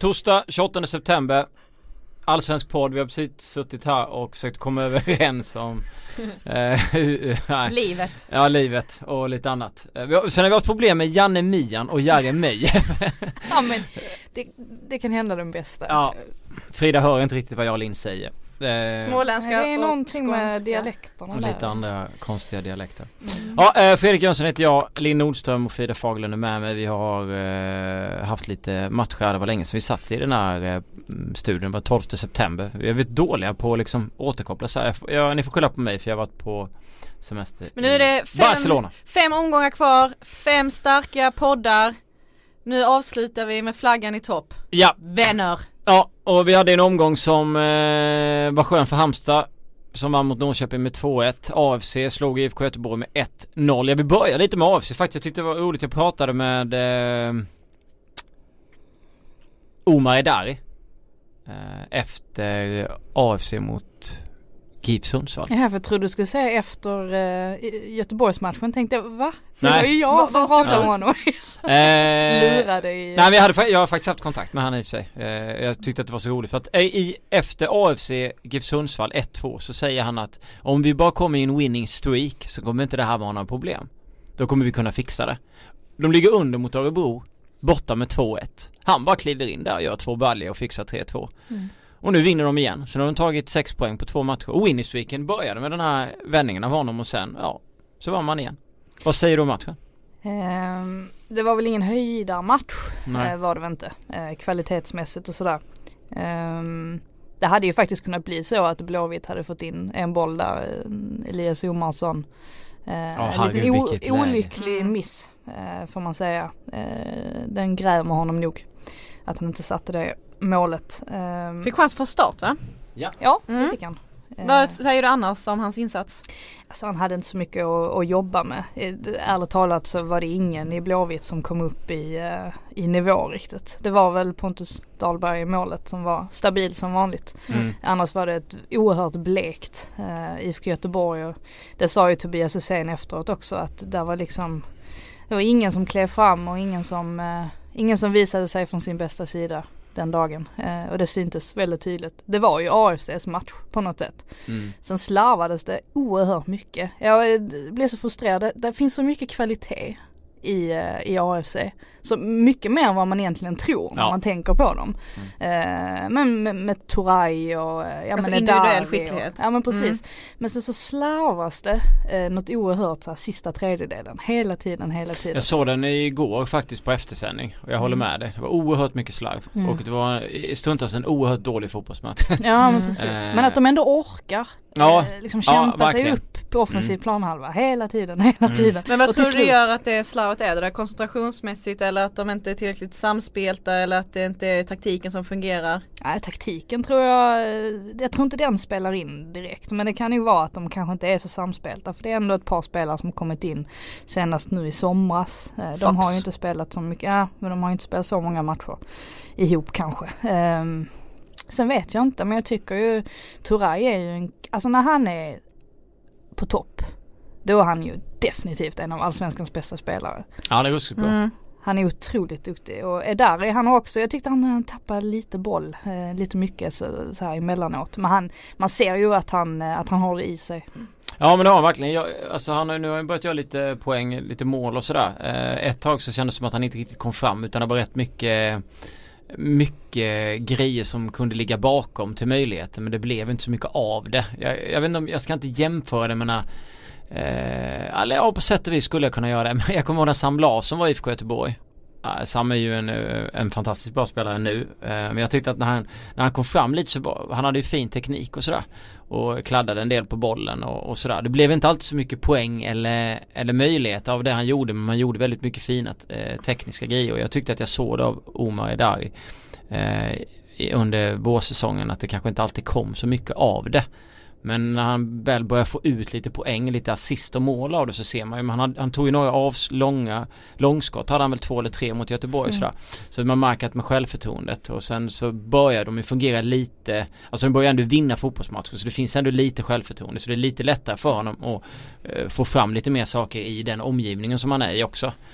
Torsdag 28 september. Allsvensk podd. Vi har precis suttit här och försökt komma överens om livet. Ja, livet och lite annat. Sen har vi haft problem med Janne Mian och Jari Meij. Ja, men det kan hända den bästa. Ja, Frida hör inte riktigt vad jag och Linn säger. Småländska. Det är någonting med dialekterna. Lite andra konstiga dialekter. Ja, Fredrik Jönsson heter jag. Linn Nordström och Frida Fagerlund är med mig. Vi har haft lite matcher. Det var länge sedan vi satt i den här studion. Det var 12 september. Vi är väldigt dåliga på att liksom återkoppla så här. Ni får skylla på mig för jag har varit på semester. Men nu är det Barcelona. 5 omgångar kvar. 5 starka poddar. Nu avslutar vi med flaggan i topp. Ja. Vänner. Ja, och vi hade en omgång som var skön för Halmstad som vann mot Norrköping med 2-1. AFC slog IFK Göteborg med 1-0. Jag vill börja lite med AFC faktiskt. Jag tyckte det var roligt. Jag pratade med Omar Edari efter AFC mot GIF Sundsvall. Ja, för jag trodde du skulle säga efter Göteborgsmatchen. Tänkte jag, va? Det Nej. var ju jag som pratade med honom. Lurade i... Nej, jag har faktiskt haft kontakt med han i och för sig. Jag tyckte att det var så roligt för att efter AFC GIF Sundsvall 1-2 så säger han att om vi bara kommer i en winning streak så kommer inte det här vara några problem. Då kommer vi kunna fixa det. De ligger under mot Örebro, borta med 2-1. Han bara kliver in där och gör 2 baljor och fixar 3-2. Och nu vinner de igen. Så nu har de tagit 6 poäng på 2 matcher. Och winning streaken började med den här vändningen av honom och sen, så var man igen. Vad säger du om matchen? Det var väl ingen höjdarmatch, var det väl inte. Kvalitetsmässigt och sådär. Det hade ju faktiskt kunnat bli så att Blåvitt hade fått in en boll där. Elias Omarsson. En liten olycklig miss, får man säga. Den grämer honom nog. Att han inte satte det målet. Fick chans från start, va? Ja, det fick han. Vad säger du annars om hans insats? Alltså han hade inte så mycket att jobba med. Ärligt talat så var det ingen i Blåvitt som kom upp i nivå riktigt. Det var väl Pontus Dahlberg i målet som var stabil som vanligt. Annars var det ett oerhört blekt IFK Göteborg. Och det sa ju Tobias Hysén efteråt också att det var ingen som klev fram och ingen som visade sig från sin bästa sida den dagen. Och det syntes väldigt tydligt. Det var ju AFCs match på något sätt. Sen slarvades det oerhört mycket. Jag blev så frustrerad. Det finns så mycket kvalitet i AFC. Så mycket mer än vad man egentligen tror när man tänker på dem. Men med Turay och individuell skicklighet. Ja, men precis. Men sen så slarvas det något oerhört så här, sista tredjedelen. Hela tiden. Jag såg den igår faktiskt på eftersändning. Och jag håller med dig. Det var oerhört mycket slarv. Och det var stundtals en oerhört dålig fotbollsmatch. Ja, men precis. Men att de ändå orkar kämpa sig upp på offensiv planhalva. Hela tiden. Men vad tror du gör att det slarvet är? Det där koncentrationsmässigt eller att de inte är tillräckligt samspelta eller att det inte är taktiken som fungerar? Nej, taktiken tror jag tror inte den spelar in direkt. Men det kan ju vara att de kanske inte är så samspelta. För det är ändå ett par spelare som kommit in senast nu i somras. De har ju inte spelat så mycket, men de har ju inte spelat så många matcher ihop kanske. Sen vet jag inte, men jag tycker ju Turay är ju alltså när han är på topp, då är han ju definitivt en av allsvenskans bästa spelare. Ja, det går så bra. Han är otroligt duktig och är där han också. Jag tyckte han tappade lite boll, lite mycket så här emellanåt. Men man ser ju att han har det i sig. Ja, men det har han verkligen. Nu har han börjat göra lite poäng, lite mål och sådär. Ett tag så kändes det som att han inte riktigt kom fram utan det var rätt mycket grejer som kunde ligga bakom till möjligheten, men det blev inte så mycket av det. Jag vet inte om jag ska inte jämföra det med på sätt och vis skulle jag kunna göra det, men jag kommer ihåg när Sam Larsson var i IFK Göteborg. Sam är ju en fantastiskt bra spelare nu, men jag tyckte att när han kom fram lite så han hade ju fin teknik och sådär och kladdade en del på bollen och sådär. Det blev inte alltid så mycket poäng eller möjlighet av det han gjorde, men man gjorde väldigt mycket fina tekniska grejer och jag tyckte att jag såg det av Omar Edari under vårsäsongen att det kanske inte alltid kom så mycket av det. Men när han väl börjar få ut lite poäng, lite assist och mål av det så ser man ju, han tog ju några långskott, hade han väl 2 eller 3 mot Göteborg sådär. Så man märkat med självförtroendet och sen så börjar de ju fungera lite, alltså de börjar ändå vinna fotbollsmatcher så det finns ändå lite självförtroende så det är lite lättare för honom att få fram lite mer saker i den omgivningen som han är i också.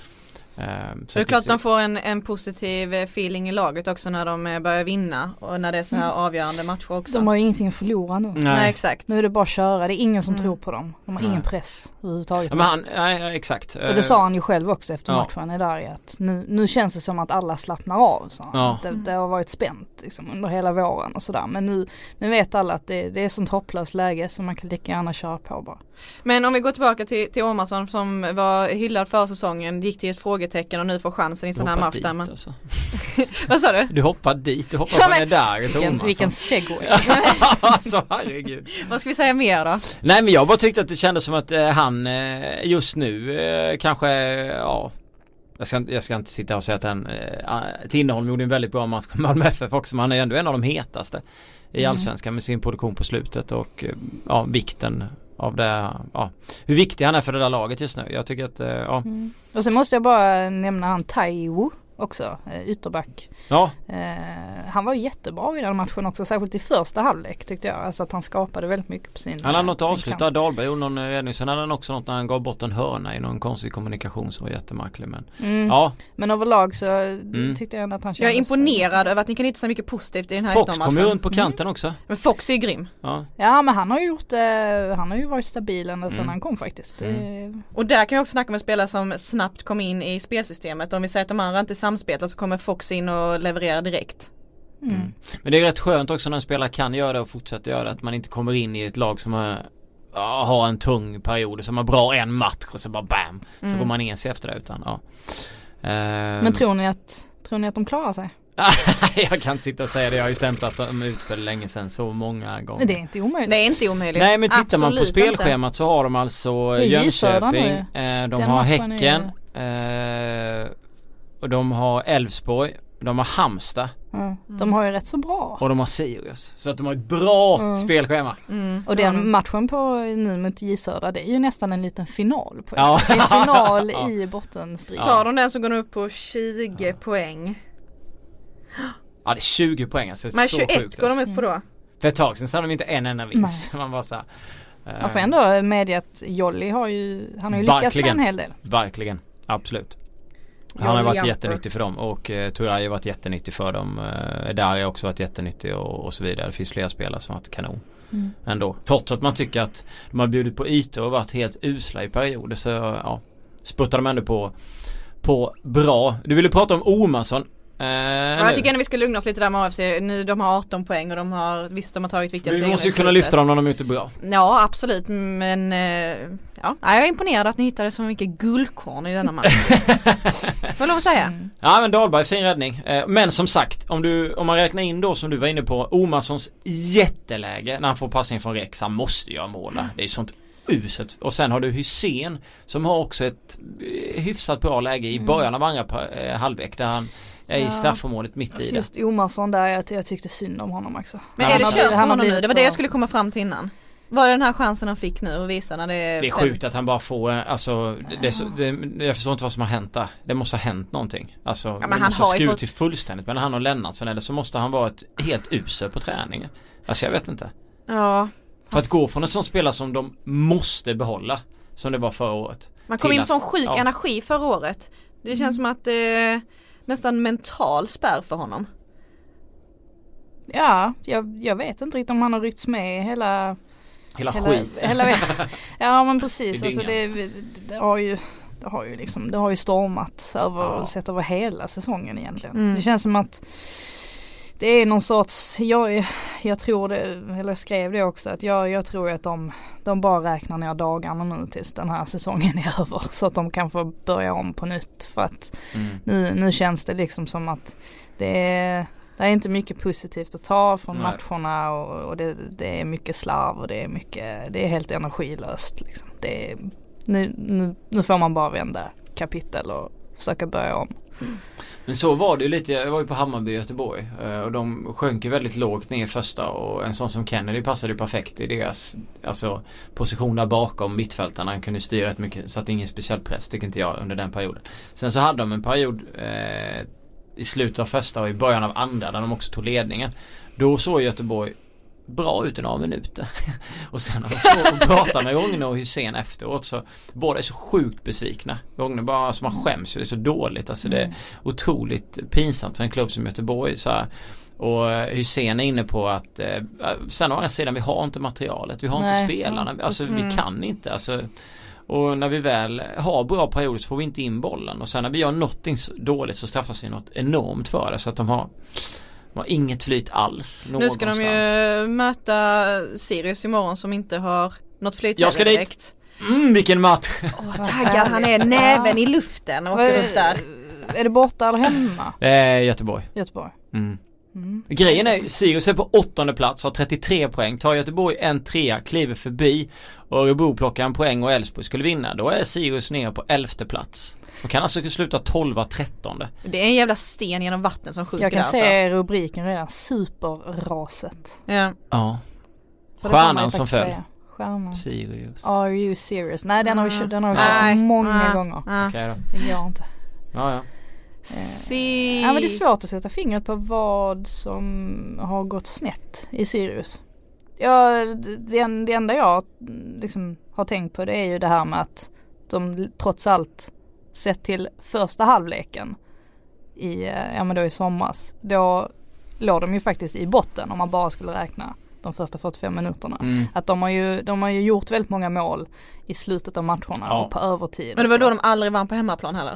Så det är klart de får en positiv feeling i laget också när de börjar vinna och när det är så här avgörande matcher också. De har ju ingenting att förlora nu. Nej, exakt. Nu är det bara att köra. Det är ingen som tror på dem. De har ingen press överhuvudtaget. Men exakt. Och det sa han ju själv också efter matchen där, att nu känns det som att alla slappnar av. Så. Det har varit spänt liksom, under hela våren och sådär. Men nu vet alla att det är ett sånt hopplöst läge så man kan lika gärna köra på bara. Men om vi går tillbaka till Åhmansson som var hyllad för säsongen, gick till ett frågetecken och nu får chansen i en sån här match där man... Alltså. Vad sa du? Du hoppar dit, du hoppar på det där. Vilken segway. Alltså herregud. Vad ska vi säga mer då? Nej men jag bara tyckte att det kändes som att han just nu kanske, jag ska inte sitta och säga att Tinnerholm gjorde en väldigt bra match med Malmö FF också, men han är ändå en av de hetaste i Allsvenskan med sin produktion på slutet och vikten av det, hur viktig han är för det där laget just nu. Jag tycker att, Och sen måste jag bara nämna han Taiwo också, ytterback. Ja. Han var jättebra i den matchen också, särskilt i första halvlek tyckte jag. Alltså att han skapade väldigt mycket på sin Han hade något avslut där, Dahlberg gjorde någon räddning. Sen hade han också något när han gav bort en hörna i någon konstig kommunikation som var jättemärklig. Men överlag så tyckte jag ändå att han kändes... Jag är imponerad över att ni kan hitta så mycket positivt i den här Fox kom ju runt på kanten också. Men Fox är ju grym. Ja, men han har ju varit stabil ända sedan han kom faktiskt. Och där kan jag också snacka med en spelare som snabbt kom in i spelsystemet. Om vi säger att de andra inte samspelar så kommer Fox in och levererar direkt. Men det är rätt skönt också när en spelare kan göra det och fortsätter göra det, att man inte kommer in i ett lag som har en tung period som har bra en match och så bara bam så går man in sig efter det utan Men tror ni att de klarar sig? Jag kan inte sitta och säga det. Jag har ju stämplat dem ut för länge sedan så många gånger. Men det är inte omöjligt. Det är inte omöjligt. Nej, men tittar man på spelschemat inte. Så har de alltså Jönköping, de har Häcken och de har Elfsborg, de har Halmstad. De har ju rätt så bra. Och de har Sirius. Så att de har ett bra spelschema. Och den matchen på nu mot J Södra, det är ju nästan en liten final på. Det är en final i bottenstrid. Tar de den så går de upp på 20 poäng. Ja, det är 20 poäng alltså. Men 21 sjukt, går de upp på då? För ett tag sedan så hade de inte en enda vinst. Man bara så här, jag får ändå medge att Jolly han har ju lyckats med en hel del. Verkligen, absolut. Han har varit jättenyttig för dem och Turay har varit jättenyttig för dem. Där har också varit jättenyttig och så vidare. Det finns flera spelare som har varit kanon ändå. Trots att man tycker att de har bjudit på ytor och varit helt usla i perioder så sputtar de ändå på bra. Du ville prata om Åhmansson. Jag tycker ändå vi ska lugna oss lite där med AFC. Nu de har 18 poäng och de har tagit viktiga segrar. Vi måste ju kunna lyfta dem när de är ute bra. Ja, absolut. Men jag är imponerad att ni hittade så mycket guldkorn i denna match. Får lov att säga. Ja, men Dahlberg, fin räddning. Men som sagt, om man räknar in då som du var inne på Åhmanssons jätteläge när han får passning från Rex, han måste göra mål. Det är sånt uset. Och sen har du Hussein som har också ett hyfsat bra läge i början av andra halvlek där han i straffområdet mitt i det. Just Åhmansson där, jag tyckte synd om honom också. Men är det kört för honom nu? Det var det jag skulle komma fram till innan. Var det den här chansen han fick nu och visa när det är... Det är sjukt att han bara får, alltså, jag förstår inte vad som har hänt där. Det måste ha hänt någonting. Alltså, men det han måste har ha skurit till fullständigt mellan han och Lennartsson, eller så måste han vara ett helt usel på träningen. Alltså jag vet inte. Ja. För att gå från en sån spelare som de måste behålla, som det var förra året. Man kom in med sån sjuk energi förra året. Det känns som att nästan mental spärr för honom. Ja, jag vet inte riktigt om han har ryckts med hela skit. Ja, men precis. Alltså det har ju stormat sett över hela säsongen egentligen. Det känns som att det är någon sorts, jag tror det, eller jag skrev det också, att jag tror att de bara räknar ner dagarna nu tills den här säsongen är över så att de kan få börja om på nytt, för att nu känns det liksom som att det är inte mycket positivt att ta från matcherna och det är mycket slarv och det är helt energilöst liksom. Nu får man bara vända kapitel och försöka börja om. Men så var det ju lite. Jag var ju på Hammarby i Göteborg och de sjönk ju väldigt lågt ner första, och en sån som Kennedy passade ju perfekt i deras position där bakom mittfältarna. Han kunde styra rätt mycket, så att ingen speciell press tycker inte jag under den perioden. Sen så hade de en period i slutet av första och i början av andra där de också tog ledningen. Då såg Göteborg bra ut i några minuter. Och sen har jag svårt att prata med Rogne och Hussein efteråt, så båda är så sjukt besvikna. Rogne bara som man skäms, det är så dåligt. Alltså det är otroligt pinsamt för en klubb som Göteborg så här. Och Hussein är inne på att sen å andra sidan, vi har inte materialet, vi har inte spelarna, alltså vi kan inte, alltså. Och när vi väl har bra perioder så får vi inte in bollen, och sen när vi gör någonting dåligt så straffas vi något enormt för det, så att de har inget flyt alls någonstans. Nu ska de ju möta Sirius imorgon som inte har något flyt. Jag ska dit. Vilken match. Taggad han är, näven i luften och åker upp där. Är det borta eller hemma? Göteborg. Mm. Grejen är, Sirius är på 8:e plats, har 33 poäng, tar Göteborg en 3, kliver förbi och Örebro plockar en poäng och Elfsborg skulle vinna, då är Sirius nere på 11:e plats och kan alltså sluta 12-13. Det är en jävla sten genom vatten som sjunker. Jag kan alltså se rubriken redan, superraset. Ja. Stjärnan som föll. Stjärnan. Sirius. Are you serious? Nej, den har vi kört så många gånger. Okej då. Det går inte. Ja. Men det är svårt att sätta fingret på vad som har gått snett i Sirius. Det enda jag liksom har tänkt på, det är ju det här med att de trots allt sett till första halvleken i somras, då låg de ju faktiskt i botten om man bara skulle räkna de första 45 minuterna. Att de har ju gjort väldigt många mål i slutet av matcherna och på övertid. Men det var då de aldrig vann på hemmaplan heller?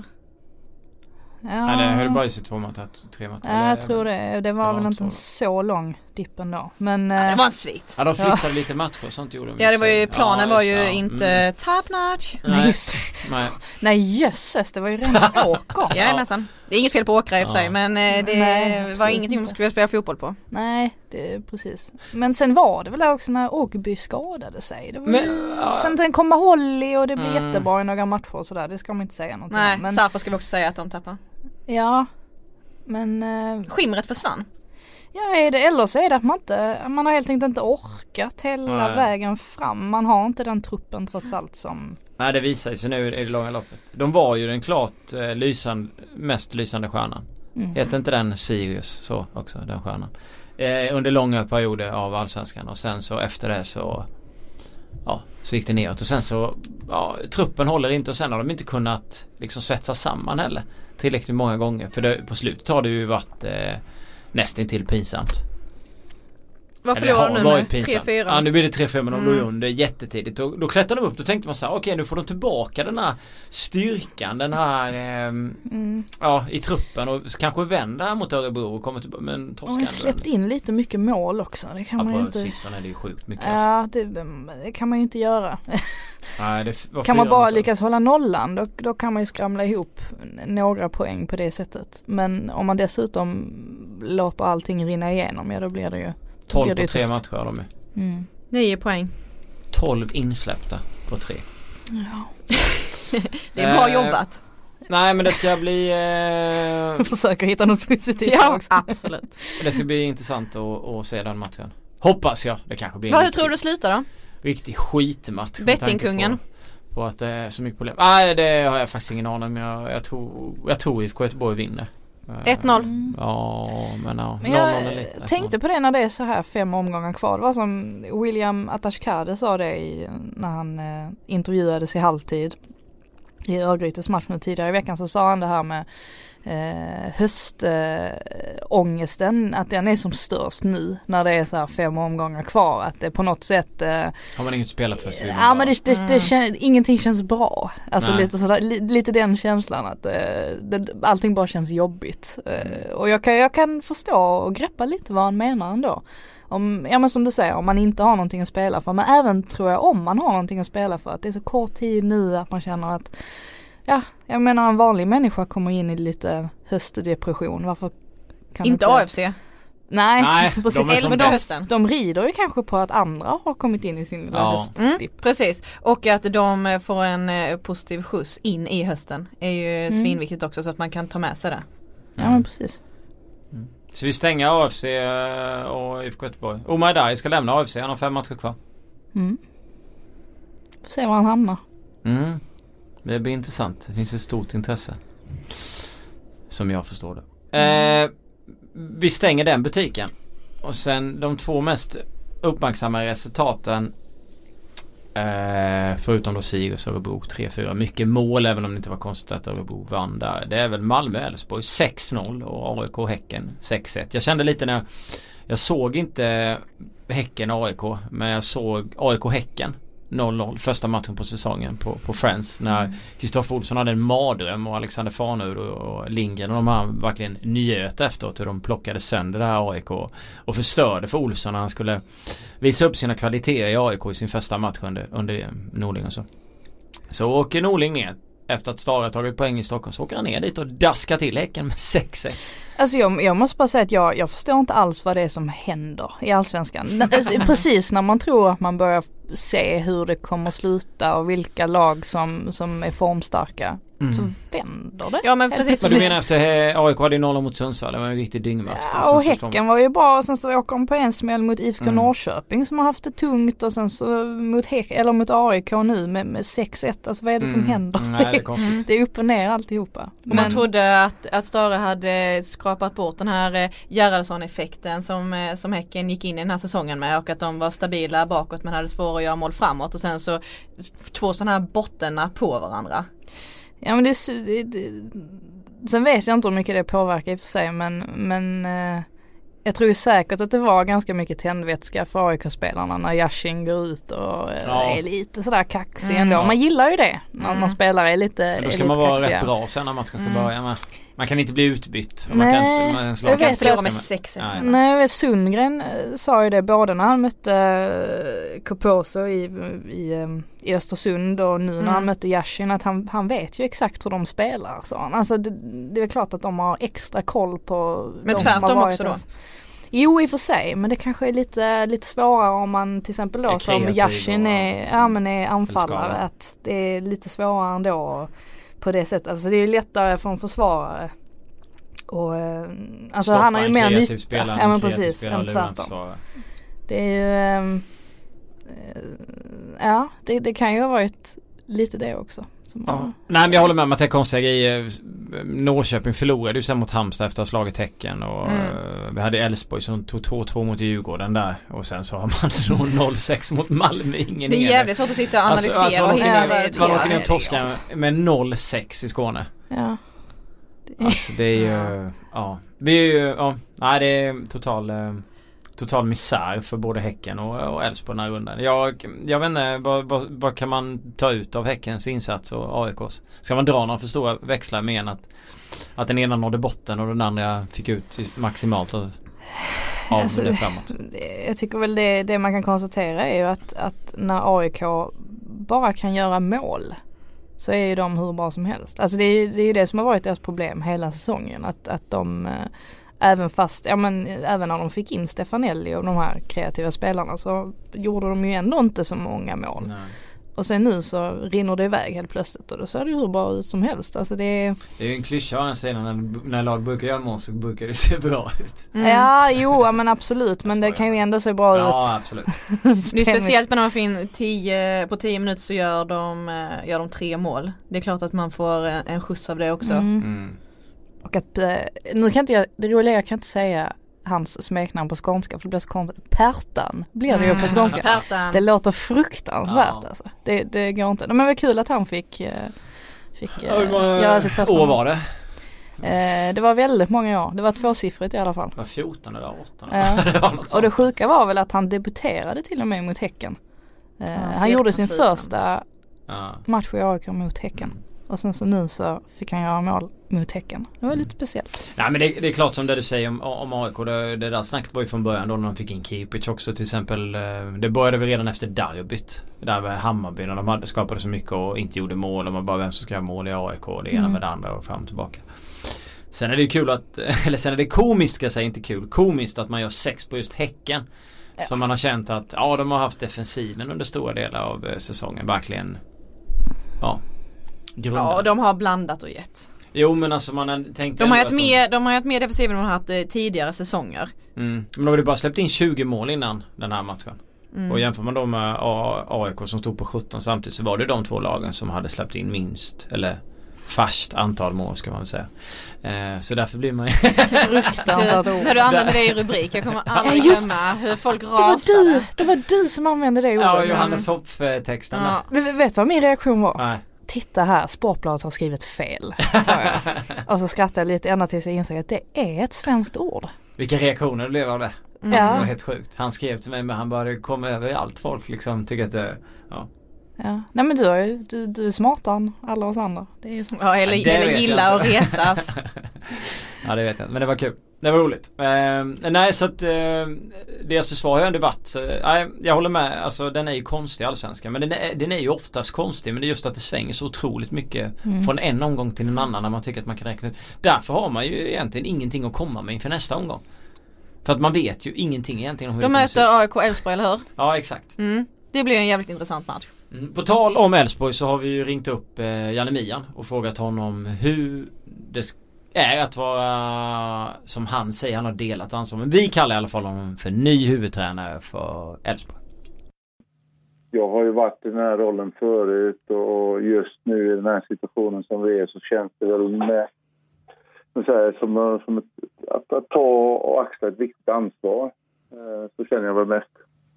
Ja. Nej, det höll bara i sig 2 matcher, 3 matcher. Ja, jag tror det. Det var väl inte en så lång dippen då. Men, det var en svit. Ja, de flyttade lite matcher och sånt gjorde de. Ja, det var ju, planen var ju inte top notch. Nej, just det. Nej, jösses, det var ju rena åker. Jajamensan. Det är inget fel på åkra i och för sig, men det var ingenting man skulle spela fotboll på. Nej, det är precis. Men sen var det väl också när Åkerby skadade sig. Det var sen kom Holly och det blev jättebra i några matcher och sådär. Det ska man inte säga någonting om. Men Sarfo ska vi också säga att de tappar. Ja, men skimret försvann. Ja, eller så är det att man har helt enkelt inte orkat hela vägen fram. Man har inte den truppen trots allt som... Nej, det visar sig nu i det långa loppet. De var ju den klart mest lysande stjärnan. Heter inte den Sirius så också, den stjärnan? Under långa perioder av allsvenskan. Och sen så efter det så gick det neråt. Och sen så truppen håller inte, och sen har de inte kunnat liksom svetsa samman heller tillräckligt många gånger. För på slutet har det ju varit nästan till pinsamt. Vad förlorar nu med 3-4? Ja, nu blir det 3-4, men de går under jättetidigt. Då klättrar de upp, då tänkte man så här, okej, nu får de tillbaka den här styrkan, den här i truppen, och kanske vända här mot Örebro och kommer tillbaka med en torsk. De har släppt in lite mycket mål också. Det kan man ju inte... sistone är det ju sjukt mycket. Ja, det kan man ju inte göra. Nej, kan man bara lyckas hålla nollan, då kan man ju skramla ihop några poäng på det sättet. Men om man dessutom låter allting rinna igenom, då blir det ju 12 på 3 matcher har de ju. 9 poäng. 12 insläppta på 3. Ja. Det är bra jobbat. Nej, men det ska bli... Försöker hitta något positivt. Ja, absolut. Det ska bli intressant att se den matchen. Hoppas jag. Det kanske blir hur tror du slutar då? Riktig skitmatch. Bettingkungen. På att det är så mycket problem. Nej, det har jag faktiskt ingen aning, men jag tror IFK Göteborg vinner. 1-0. Ja, men jag tänkte på det när det är så här 5 omgångar kvar. Det var som William Atashkade sa det när han intervjuades i halvtid i Örgrytes match nu tidigare i veckan, så sa han det här med höstångesten, att den är som störst nu när det är så här 5 omgångar kvar, att det på något sätt har man inget spelat för så ja, men ingenting känns bra, alltså lite den känslan att allting bara känns jobbigt, och jag kan förstå och greppa lite vad han menar ändå. Men som du säger, om man inte har någonting att spela för, men även tror jag om man har någonting att spela för, att det är så kort tid nu att man känner att jag menar, en vanlig människa kommer in i lite höstdepression. Varför kan inte AFC? Nej, de rider ju kanske på att andra har kommit in i sin höstdipp. Precis, och att de får en positiv skjuts in i hösten är ju svinviktigt också, så att man kan ta med sig det. Ja, men precis. Så vi stänger AFC och IFK Göteborg. Omar Dai ska lämna AFC, han har 5 matcher kvar. Får se var han hamnar. Det blir intressant. Det finns ett stort intresse, som jag förstår det. Vi stänger den butiken. Och sen de 2 mest uppmärksamma resultaten förutom då Sirius och Örebro 3-4. Mycket mål, även om det inte var konstigt att Örebro vann där. Det är väl Malmö-Elfsborg 6-0 och AIK-Häcken 6-1. Jag kände lite när jag såg inte Häcken-AIK, men jag såg AIK-Häcken 0-0 första matchen på säsongen på Friends, när Kristoffer Olsson hade en mardröm och Alexander Farnerud och Lindgren och de här verkligen njöt efteråt hur de plockade sönder det här AIK och förstörde för Olsson när han skulle visa upp sina kvaliteter i AIK i sin första match under Norling och så åker Norling ner efter att Stara tagit poäng i Stockholm, så åker han ner dit och daskar till Häcken med 6-1. Alltså jag måste bara säga att jag förstår inte alls vad det är som händer i Allsvenskan. Precis när man tror att man börjar se hur det kommer sluta och vilka lag som är formstarka, så vänder det. Ja, men precis. Men du menar efter AIK hade ju 0 mot Sundsvall, det var en riktig dyngmatch. Ja, och Häcken var ju bra, och sen så åker de på en smäll mot IFK Norrköping som har haft det tungt, och sen så mot AIK nu med 6-1. Alltså vad är det som händer? Nej, det är upp och ner alltihopa. Men man trodde att Stara hade skrapat bort den här Gerhardsson-effekten som Häcken gick in i den här säsongen med, och att de var stabila bakåt men hade svårt att göra mål framåt, och sen så 2 sådana här bottenna på varandra. Ja, men sen vet jag inte hur mycket det påverkar i och för sig, men jag tror säkert att det var ganska mycket tändvätska för AIK-spelarna när Yashin går ut och är lite sådär kaxig ändå. Man gillar ju det när spelare är lite kaxiga. Då ska man vara rätt bra sen när matchen ska börja med. Man kan inte bli utbytt. Man kan inte förlora med 6-1. Nej, Sundgren sa ju det både när han mötte Koposo i Östersund och nu när han mötte Yashin, att han vet ju exakt hur de spelar. Så. Alltså det är klart att de har extra koll på men tvärtom också då? Jo, i och för sig, men det kanske är lite svårare om man till exempel då som Yashin är anfallare, att det är lite svårare ändå på det sättet. Alltså det är ju lättare för en försvarare. Och alltså han har ju mer nytta. Ja, men precis, än tvärtom. Det är ju det kan ju ha varit lite det också. Nej, men jag håller med om att det är konstiga grejer. Norrköping förlorade ju sen mot Halmstad efter att ha slagit Häcken, och vi hade Elfsborg som tog 2-2 mot Djurgården där, och sen så har man 0-6 mot Malmö. Ingen det är jävligt svårt att sitta och analysera och hitta. Man åker ner och torskar med 0-6 i Skåne. Ja. Alltså det är ju det är total misär för både Häcken och Elfsborg den här rundan. Jag vet inte, vad kan man ta ut av Häckens insats och AIKs? Ska man dra några för stora växlar med att den ena nådde botten och den andra fick ut maximalt av det framåt? Jag tycker väl det man kan konstatera är ju att när AIK bara kan göra mål, så är ju de hur bra som helst. Alltså det är ju det som har varit deras problem hela säsongen, att de även när de fick in Stefanelli och de här kreativa spelarna, så gjorde de ju ändå inte så många mål. Nej. Och sen nu så rinner det iväg helt plötsligt, och då ser det hur bra ut som helst. Alltså det är ju en klyscha å sidan, när lag brukar göra mål så brukar det se bra ut. Ja, jo, men absolut. Men det kan ju ändå se bra ut. Ja, absolut. Det är speciellt när man får in 10 minuter så gör de 3 mål. Det är klart att man får en skjuts av det också. Och att nu kan inte jag kan inte säga hans smeknamn på skånska, för det blir så konstigt. Pertan blir det ju på skånska. Pertan. Det låter fruktansvärt alltså. Det går inte. Men det var kul att han fick göra sitt första år var det? Det var väldigt många år. Det var 2-siffrigt i alla fall. Det var 14 eller 18. Och det sjuka var väl att han debuterade till och med mot Häcken. Han gjorde sin första match i AIK mot Häcken. Och sen så nu så fick han göra mål mot Häcken. Det var lite speciellt. Nej, men det är klart som det du säger om AIK. Det där snacket var ju från början då när de fick in Kipic också till exempel. Det började väl redan efter derbyt. Där med Hammarby när de skapade så mycket och inte gjorde mål. Och man bara, vem som ska göra mål i AIK. Det ena med det andra och fram och tillbaka. Sen är det ju kul eller sen är det komiskt, ska jag säga, inte kul. Komiskt att man gör 6 på just Häcken. Ja. Så man har känt att de har haft defensiven under stora delar av säsongen. Verkligen, grundade. Ja, de har blandat och gett. Jo, men alltså man har tänkt... De har haft mer defensiv än de har haft tidigare säsonger. Men de har bara släppt in 20 mål innan den här matchen. Och jämför man då med AIK som stod på 17 samtidigt, så var det de 2 lagen som hade släppt in minst, eller fast antal mål ska man väl säga. Så därför blir man fruktansvärt ord. När du använder det i rubrik, jag kommer aldrig glömma hur folk rasade. Det var du som använde det ordet. Ja, Johannes Hopp-texten. Ja. Vet du vad min reaktion var? Nej. Titta här, Sportbladet har skrivit fel. Och så skrattade jag lite ända tills jag insåg att det är ett svenskt ord. Vilka reaktioner det blev av det. Ja. Det var helt sjukt. Han skrev till mig, men han bara kom över allt folk liksom tycker att det, ja. Ja. Nej men du är smartare än alla oss andra. Det är ju så. Ja, eller gilla och retas. Ja, det vet jag. Men det var kul. Det var roligt. Nej, så att deras försvar har ju ändå varit. Jag håller med. Alltså den är ju konstig, allsvenskan. Men den är ju oftast konstig. Men det är just att det svänger så otroligt mycket från en omgång till en annan när man tycker att man kan räkna ut. Därför har man ju egentligen ingenting att komma med inför nästa omgång. För att man vet ju ingenting egentligen om hur de det möter AIK Elfsborg, eller hur? Ja, exakt. Det blir en jävligt intressant match. På tal om Elfsborg så har vi ju ringt upp Janne Mian och frågat honom hur det är att vara, som han säger, han har delat ansvar. Men vi kallar i alla fall honom för ny huvudtränare för Elfsborg. Jag har ju varit i den här rollen förut och just nu i den här situationen som vi är så känns det väl med som att ta och axla ett viktigt ansvar. Så känner jag väl mest.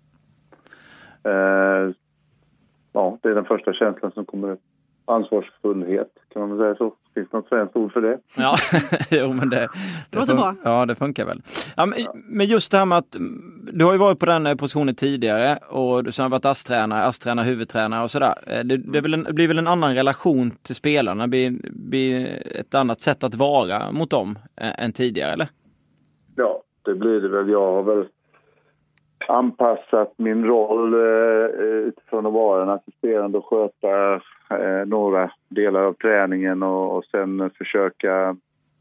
Ja, det är den första känslan som kommer upp. Ansvarsfullhet, kan man väl säga så. Finns det något svenskt ord för det? Ja, jo, men det låter bra. Ja, det funkar väl. Ja, men just det här med att du har ju varit på den positionen tidigare och sen har varit ASS-tränare, huvudtränare och sådär. Det blir väl en annan relation till spelarna, blir ett annat sätt att vara mot dem än tidigare, eller? Ja, det blir det väl. Jag har väl anpassat min roll utifrån att vara en assisterande och sköta några delar av träningen och sen försöka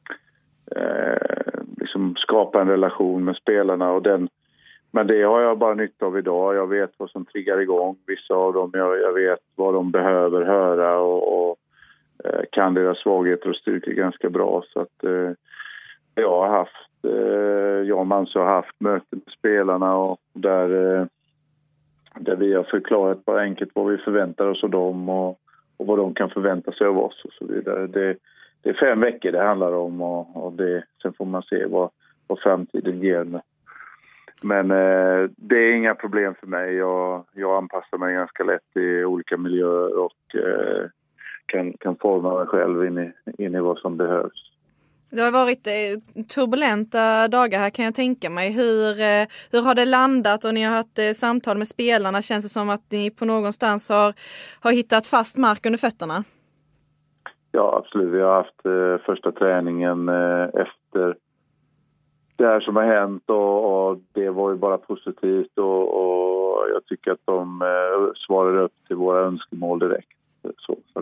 liksom skapa en relation med spelarna och men det har jag bara nytta av idag. Jag vet vad som triggar igång vissa av dem. Jag vet vad de behöver höra och kan deras svagheter och styrkor ganska bra. Så att jag och Manso har haft möten med spelarna och där vi har förklarat bara enkelt vad vi förväntar oss av dem och vad de kan förvänta sig av oss och så vidare. Det är 5 veckor det handlar om och sen får man se vad framtiden ger. Men det är inga problem för mig. Jag anpassar mig ganska lätt i olika miljöer och kan forma mig själv in i vad som behövs. Det har varit turbulenta dagar här, kan jag tänka mig. Hur har det landat och ni har haft samtal med spelarna? Känns det som att ni på någonstans har hittat fast mark under fötterna? Ja, absolut. Vi har haft första träningen efter det här som har hänt och det var ju bara positivt och jag tycker att de svarar upp till våra önskemål direkt. Så att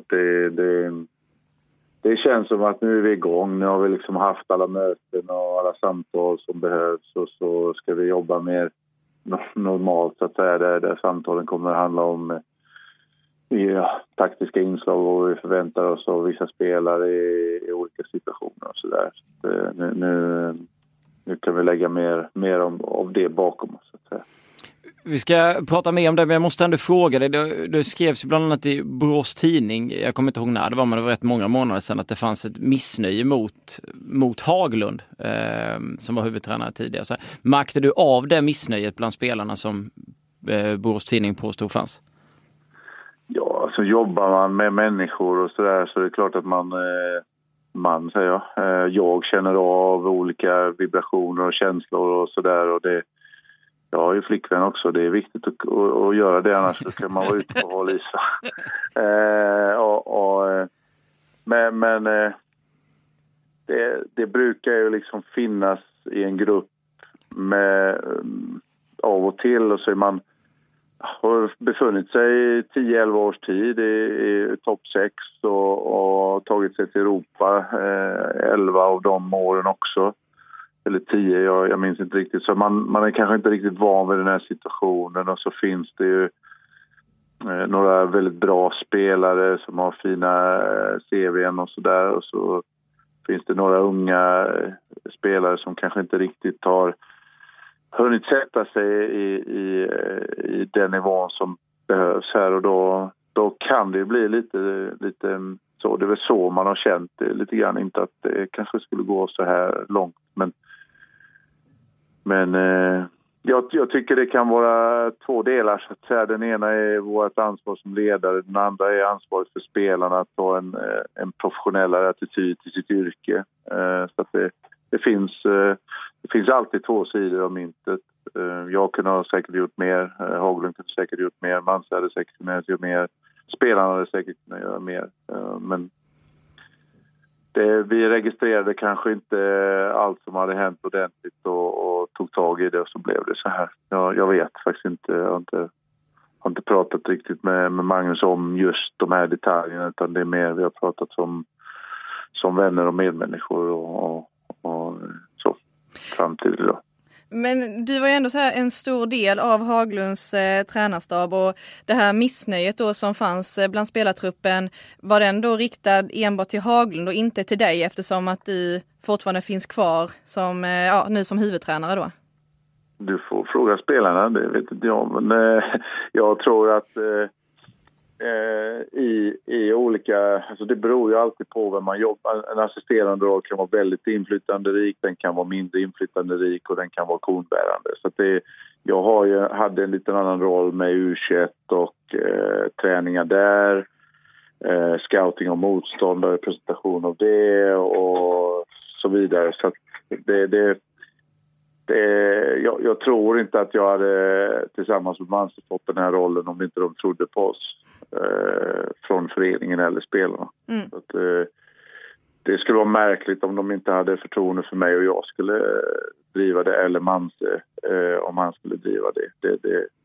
det känns som att nu är vi igång. Nu har vi liksom haft alla möten och alla samtal som behövs och så ska vi jobba mer normalt så att säga där samtalen kommer att handla om taktiska inslag och vad vi förväntar oss av vissa spelare i olika situationer och sådär. Så nu kan vi lägga mer av det bakom oss så att säga. Vi ska prata mer om det, men jag måste ändå fråga dig. Det skrevs bland annat i Borås Tidning, jag kommer inte ihåg när det var, men det var rätt många månader sedan, att det fanns ett missnöje mot Haglund som var huvudtränare tidigare. Så märkte du av det missnöjet bland spelarna som Borås Tidning påstod fanns? Ja, alltså jobbar man med människor och sådär så är det klart att man säger jag känner av olika vibrationer och känslor och sådär och det. Jag har ju flickvän också, det är viktigt att göra det, annars så kan man vara ute på håll i sig. Men det brukar ju liksom finnas i en grupp med av och till och så är man har befunnit sig i 10-11 års tid i topp 6 och tagit sig till Europa 11 av de åren också. Eller 10, jag minns inte riktigt. Så man är kanske inte riktigt van vid den här situationen. Och så finns det ju några väldigt bra spelare som har fina CV:n och sådär. Och så finns det några unga spelare som kanske inte riktigt har hunnit sätta sig i den nivån som behövs här. Och då kan det bli lite Så det är väl så man har känt det lite grann, inte att det kanske skulle gå så här långt. Men jag tycker det kan vara två delar så att säga. Den ena är vårt ansvar som ledare, den andra är ansvaret för spelarna att ha en professionellare attityd till sitt yrke. Så att det finns alltid två sidor av myntet. Jag kunde ha säkert gjort mer, Haglund kunde säkert gjort mer, Manse hade säkert kunnat göra mer, spelarna hade säkert kunnat göra mer. Men vi registrerade kanske inte allt som hade hänt ordentligt och tog tag i det och så blev det så här. Jag vet faktiskt inte, jag har inte pratat riktigt med Magnus om just de här detaljerna, utan det är mer vi har pratat som vänner och medmänniskor och så fram till idag. Men du var ju ändå så här en stor del av Haglunds tränarstab, och det här missnöjet då som fanns bland spelartruppen, var den då riktad enbart till Haglund och inte till dig, eftersom att du fortfarande finns kvar som, nu som huvudtränare då? Du får fråga spelarna, det vet inte jag, men jag tror att i olika, alltså det beror ju alltid på vem man jobbar. En assisterande roll kan vara väldigt inflytanderik, den kan vara mindre inflytanderik och den kan vara konbärande. Så att jag hade en liten annan roll med U21 och träningar där, scouting av motståndare, presentation av det och så vidare. Så att jag tror inte att jag hade tillsammans med Manse fått den här rollen om inte de trodde på oss från föreningen eller spelarna. Så att, det skulle vara märkligt om de inte hade förtroende för mig och jag skulle driva det, eller Manse om han skulle driva det.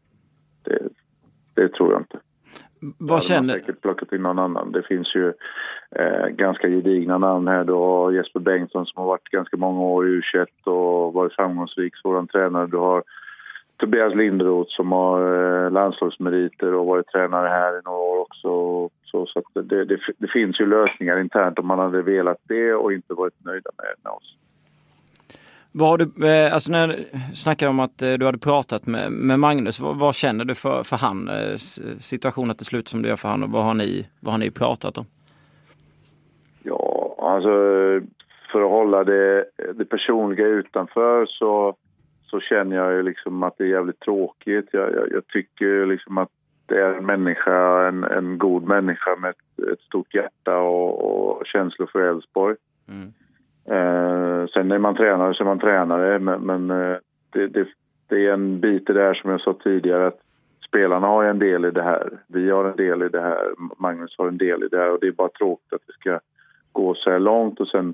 Det tror jag inte. Vad känner man säkert plockat in någon annan. Det finns ju ganska gedigna namn här. Du har Jesper Bengtsson som har varit ganska många år i U21 och varit framgångsrik sådan tränare. Du har Tobias Lindroth som har landslagsmeriter och varit tränare här i några år också. Så att det finns ju lösningar internt om man hade velat det och inte varit nöjda med oss. Vad har du, alltså när du snackar om att du hade pratat med Magnus, vad känner du för han, situationen till slut som du gör för han, och vad har ni pratat om? Ja, alltså för att hålla det personliga utanför så känner jag ju liksom att det är jävligt tråkigt. Jag tycker liksom att det är en människa, en god människa med ett stort hjärta och känslor för Elfsborg. Sen när man tränare så är man tränare, men det är en bit i det här som jag sa tidigare, att spelarna har en del i det här, vi har en del i det här, Magnus har en del i det här, och det är bara tråkigt att det ska gå så här långt. Och sen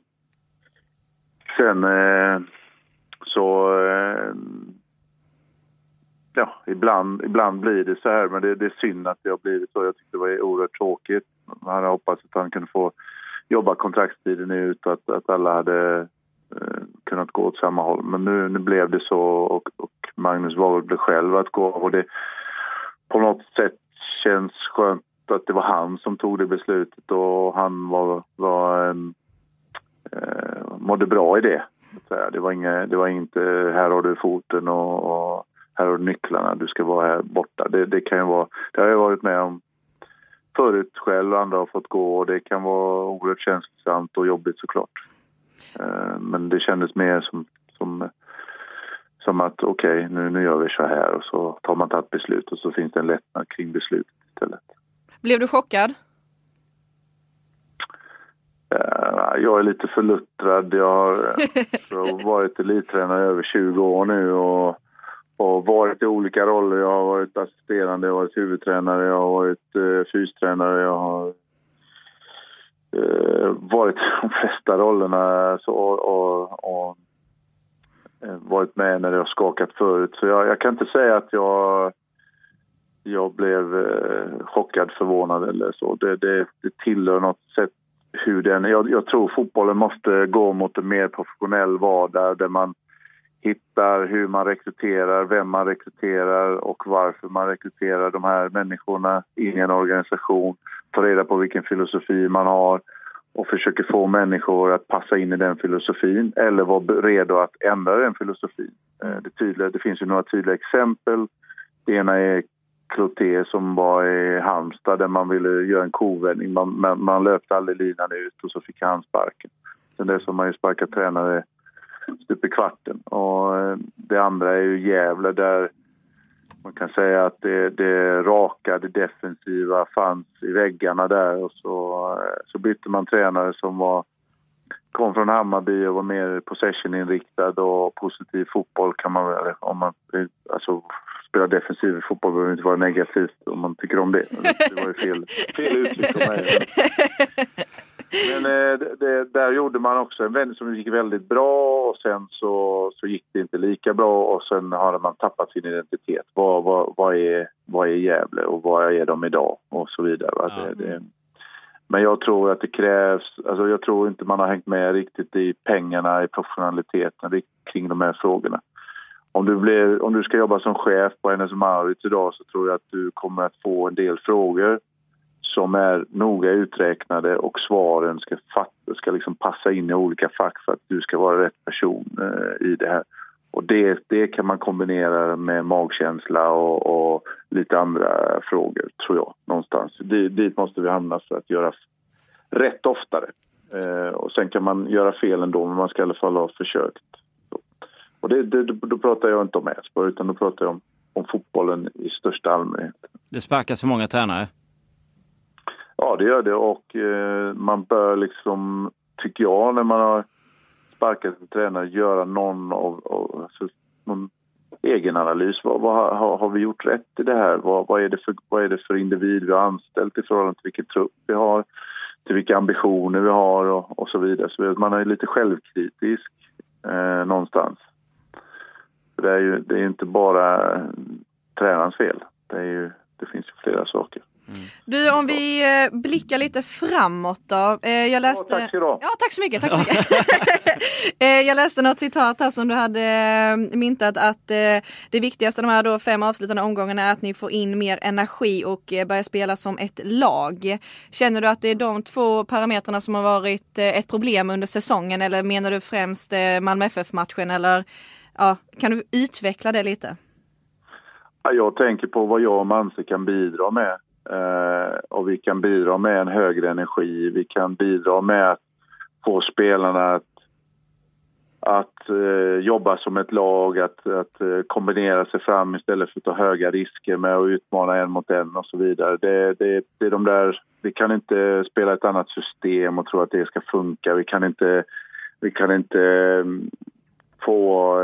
ibland blir det så här, men det är synd att det har blivit så. Jag tyckte det var oerhört tråkigt. Man hade hoppats att han kunde få jobba kontraktstiden ut, att alla hade kunnat gå åt samma håll. Men nu blev det så, och Magnus valde själv att gå, och det på något sätt känns skönt att det var han som tog det beslutet, och han mådde bra i det. Det var inte här har du foten och här har du nycklarna, du ska vara här borta. Det kan ju vara, det har jag varit med om förut själv, andra har fått gå, och det kan vara oerhört känslosamt och jobbigt såklart. Men det kändes mer som att okej, nu gör vi så här, och så tar man ett beslut och så finns det en lättnad kring beslutet istället. Blev du chockad? Jag är lite förluttrad. Jag har varit elittränare över 20 år nu och varit i olika roller. Jag har varit assisterande, jag har varit huvudtränare, jag har varit fystränare, jag har varit de flesta rollerna och varit med när det har skakat förut. Så jag kan inte säga att jag blev chockad, förvånad eller så. Det tillhör något sätt hur den. Jag tror fotbollen måste gå mot en mer professionell vardag där man hittar hur man rekryterar, vem man rekryterar och varför man rekryterar de här människorna in i en organisation. Ta reda på vilken filosofi man har och försöker få människor att passa in i den filosofin eller vara redo att ändra den filosofin. Det finns ju några tydliga exempel. Det ena är Cloté som var i Halmstad där man ville göra en kovändning. Man löpte aldrig linan ut och så fick han sparken. Sen dess har man ju sparkat tränare stup i kvarten. Och det andra är ju Gävle där man kan säga att det raka, det defensiva fanns i väggarna där. Och så bytte man tränare som kom från Hammarby och var mer possession-inriktad och positiv fotboll kan man väl, om man alltså spela defensiv fotboll behöver inte vara negativt om man tycker om det. Det var ju fel uttryck av mig. Men där gjorde man också en vändning som gick väldigt bra och sen så gick det inte lika bra och sen har man tappat sin identitet. Vad är Gävle och vad är de idag och så vidare. Ja. Men jag tror att det krävs, alltså jag tror inte man har hängt med riktigt i pengarna, i professionaliteten kring de här frågorna. Om du ska jobba som chef på NS Mauritz idag så tror jag att du kommer att få en del frågor som är noga uträknade och svaren ska liksom passa in i olika fack för att du ska vara rätt person i det här. Och det kan man kombinera med magkänsla och lite andra frågor tror jag någonstans. Dit måste vi hamna för att göra rätt oftare. Och sen kan man göra fel ändå men man ska i alla fall ha försökt. Och då pratar jag inte om Elfsborg utan då pratar jag om fotbollen i största allmänhet. Det sparkas för många tränare? Ja, det gör det och man bör liksom, tycker jag, när man har sparkat en tränare göra någon egen analys. Vad har vi gjort rätt i det här? Vad är det för individ vi har anställt i förhållande till vilken trupp vi har, till vilka ambitioner vi har och så vidare. Så man är lite självkritisk någonstans. Det är ju inte bara tränarens fel. Det finns ju flera saker. Du, om vi blickar lite framåt då. Jag läste... tack så mycket. Ja, tack så mycket. Jag läste något citat här som du hade myntat att det viktigaste de här då 5 avslutande omgångarna är att ni får in mer energi och börjar spela som ett lag. Känner du att det är de 2 parametrarna som har varit ett problem under säsongen eller menar du främst Malmö FF-matchen eller kan du utveckla det lite? Ja, jag tänker på vad jag och Manse kan bidra med. Och vi kan bidra med en högre energi. Vi kan bidra med att få spelarna att jobba som ett lag, att kombinera sig fram istället för att ta höga risker med att utmana en mot en och så vidare. Det är de där, vi kan inte spela ett annat system och tro att det ska funka. Vi kan inte få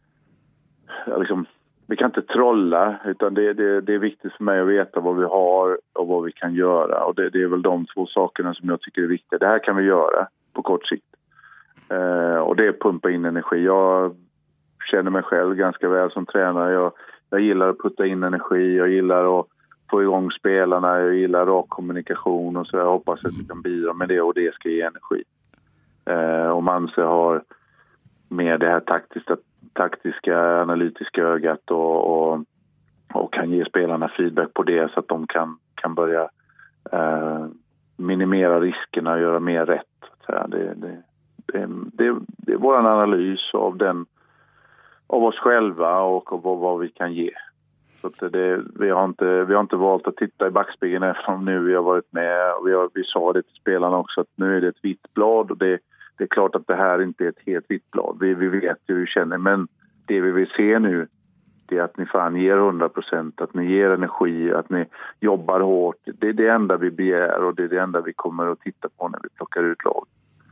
vi kan inte trolla utan det är viktigt för mig att veta vad vi har och vad vi kan göra. Och det är väl de 2 sakerna som jag tycker är viktiga. Det här kan vi göra på kort sikt. Och det är pumpa in energi. Jag känner mig själv ganska väl som tränare. Jag gillar att putta in energi. Jag gillar att få igång spelarna. Jag gillar rak kommunikation och så. Jag hoppas att vi kan bidra med det och det ska ge energi. Och Manse har med det här taktiska analytiska ögat och kan ge spelarna feedback på det så att de kan börja minimera riskerna och göra mer rätt. Så det är vår analys av oss själva och vad vi kan ge. Så att vi har inte valt att titta i backspegeln eftersom nu vi har varit med och vi sa det till spelarna också att nu är det ett vitt blad och det är klart att det här inte är ett helt vitt blad. Vi vet hur vi känner men det vi vill se nu det är att ni fan ger 100%, att ni ger energi, att ni jobbar hårt. Det är det enda vi begär och det är det enda vi kommer att titta på när vi plockar ut lag.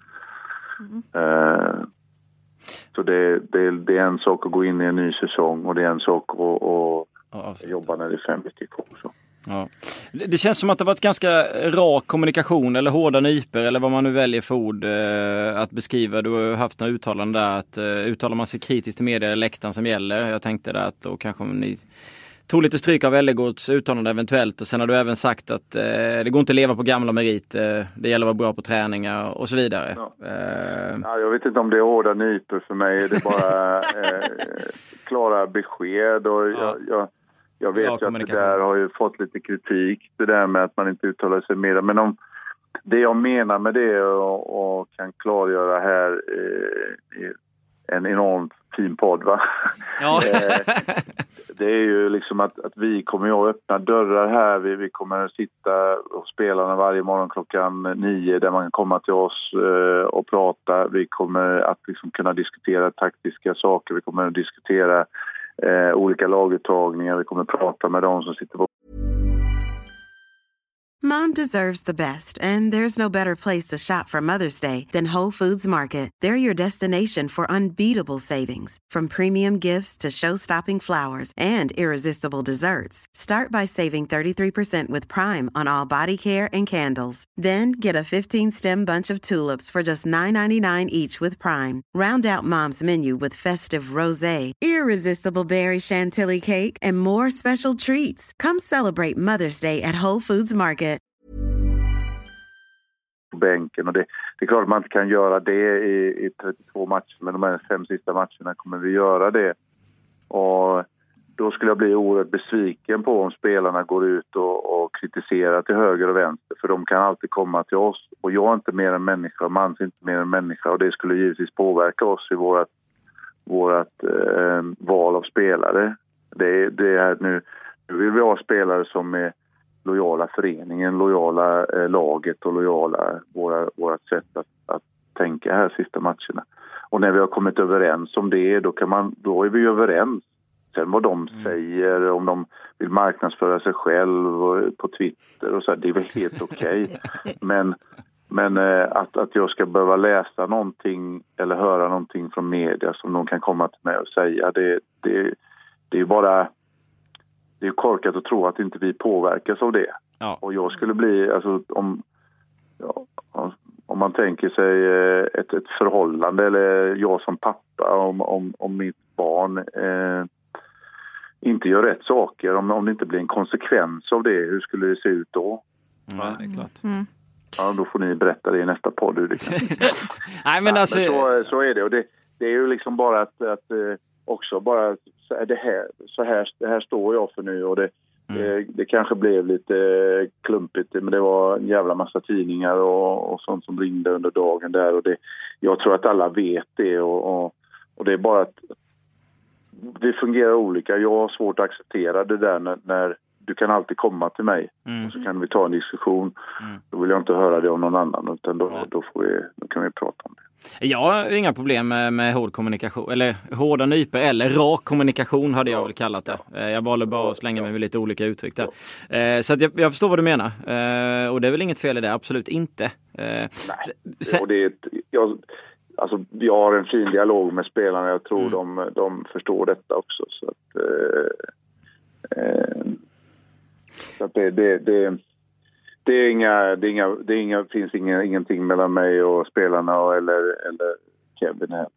Så det är en sak att gå in i en ny säsong och det är en sak att jobba när det är 5 veckor kvar. Så. Ja. Det känns som att det har varit ganska rak kommunikation eller hårda nyper eller vad man nu väljer för ord att beskriva. Du har haft några uttalanden där att uttalar man sig kritiskt till media eller läktaren som gäller. Jag tänkte där att då kanske ni tog lite stryk av Ellegårds uttalande eventuellt och sen har du även sagt att det går inte att leva på gamla merit, det gäller att vara bra på träningar och så vidare. Ja, jag vet inte om det är hårda nyper för mig, det är bara klara besked och jag vet ju att det där har ju fått lite kritik, det där med att man inte uttalar sig mer. Men om det jag menar med det och kan klargöra här en enormt fin podd, va? Ja. Det är ju liksom att vi kommer ju att öppna dörrar här. Vi kommer att sitta och spelarna varje morgon 9 där man kan komma till oss och prata. Vi kommer att liksom kunna diskutera taktiska saker. Vi kommer att diskutera olika laguttagningar. Vi kommer att prata med dem som sitter på. Mom deserves the best, and there's no better place to shop for Mother's Day than Whole Foods Market. They're your destination for unbeatable savings, from premium gifts to show-stopping flowers and irresistible desserts. Start by saving 33% with Prime on all body care and candles. Then get a 15-stem bunch of tulips for just $9.99 each with Prime. Round out Mom's menu with festive rosé, irresistible berry chantilly cake, and more special treats. Come celebrate Mother's Day at Whole Foods Market. Bänken, och det är klart att man inte kan göra det i 32 matcher, men de här 5 sista matcherna kommer vi göra det, och då skulle jag bli oerhört besviken på om spelarna går ut och kritiserar till höger och vänster, för de kan alltid komma till oss, och jag är inte mer än människa och Mans är inte mer än människa, och det skulle givetvis påverka oss i vårat val av spelare. Det är nu vill vi ha spelare som är lojala föreningen, lojala laget och lojala vårat sätt att tänka här sista matcherna. Och när vi har kommit överens om det, då är vi överens. Sen vad de säger, om de vill marknadsföra sig själv på Twitter och så, det är väl helt okej. Men att jag ska behöva läsa någonting eller höra någonting från media som de kan komma till mig och säga, det är ju bara... Det är korkat att tro att inte vi påverkas av det. Ja. Och jag skulle bli, alltså om man tänker sig ett förhållande, eller jag som pappa, om mitt barn inte gör rätt saker, om det inte blir en konsekvens av det, hur skulle det se ut då? Ja, det är klart. Ja, då får ni berätta det i nästa podd hur det kan. Nej, men alltså... Men så är det, och det är ju liksom bara att också bara det här står jag för nu, och det kanske blev lite klumpigt, men det var en jävla massa tidningar och sånt som ringde under dagen där, och jag tror att alla vet det, och det är bara att det fungerar olika. Jag har svårt att acceptera det där när du kan alltid komma till mig och så kan vi ta en diskussion. Då vill jag inte höra det om någon annan, utan då kan vi prata om det. Jag har inga problem med hård kommunikation, eller hårda nyper, eller rak kommunikation hade jag väl kallat det. Jag valde bara att slänga mig med lite olika uttryck där. Så att jag förstår vad du menar. Och det är väl inget fel i det, absolut inte. Nej, och det är jag har en fin dialog med spelarna. Jag tror de förstår detta också. Så att finns ingenting mellan mig och spelarna eller Kevin heller.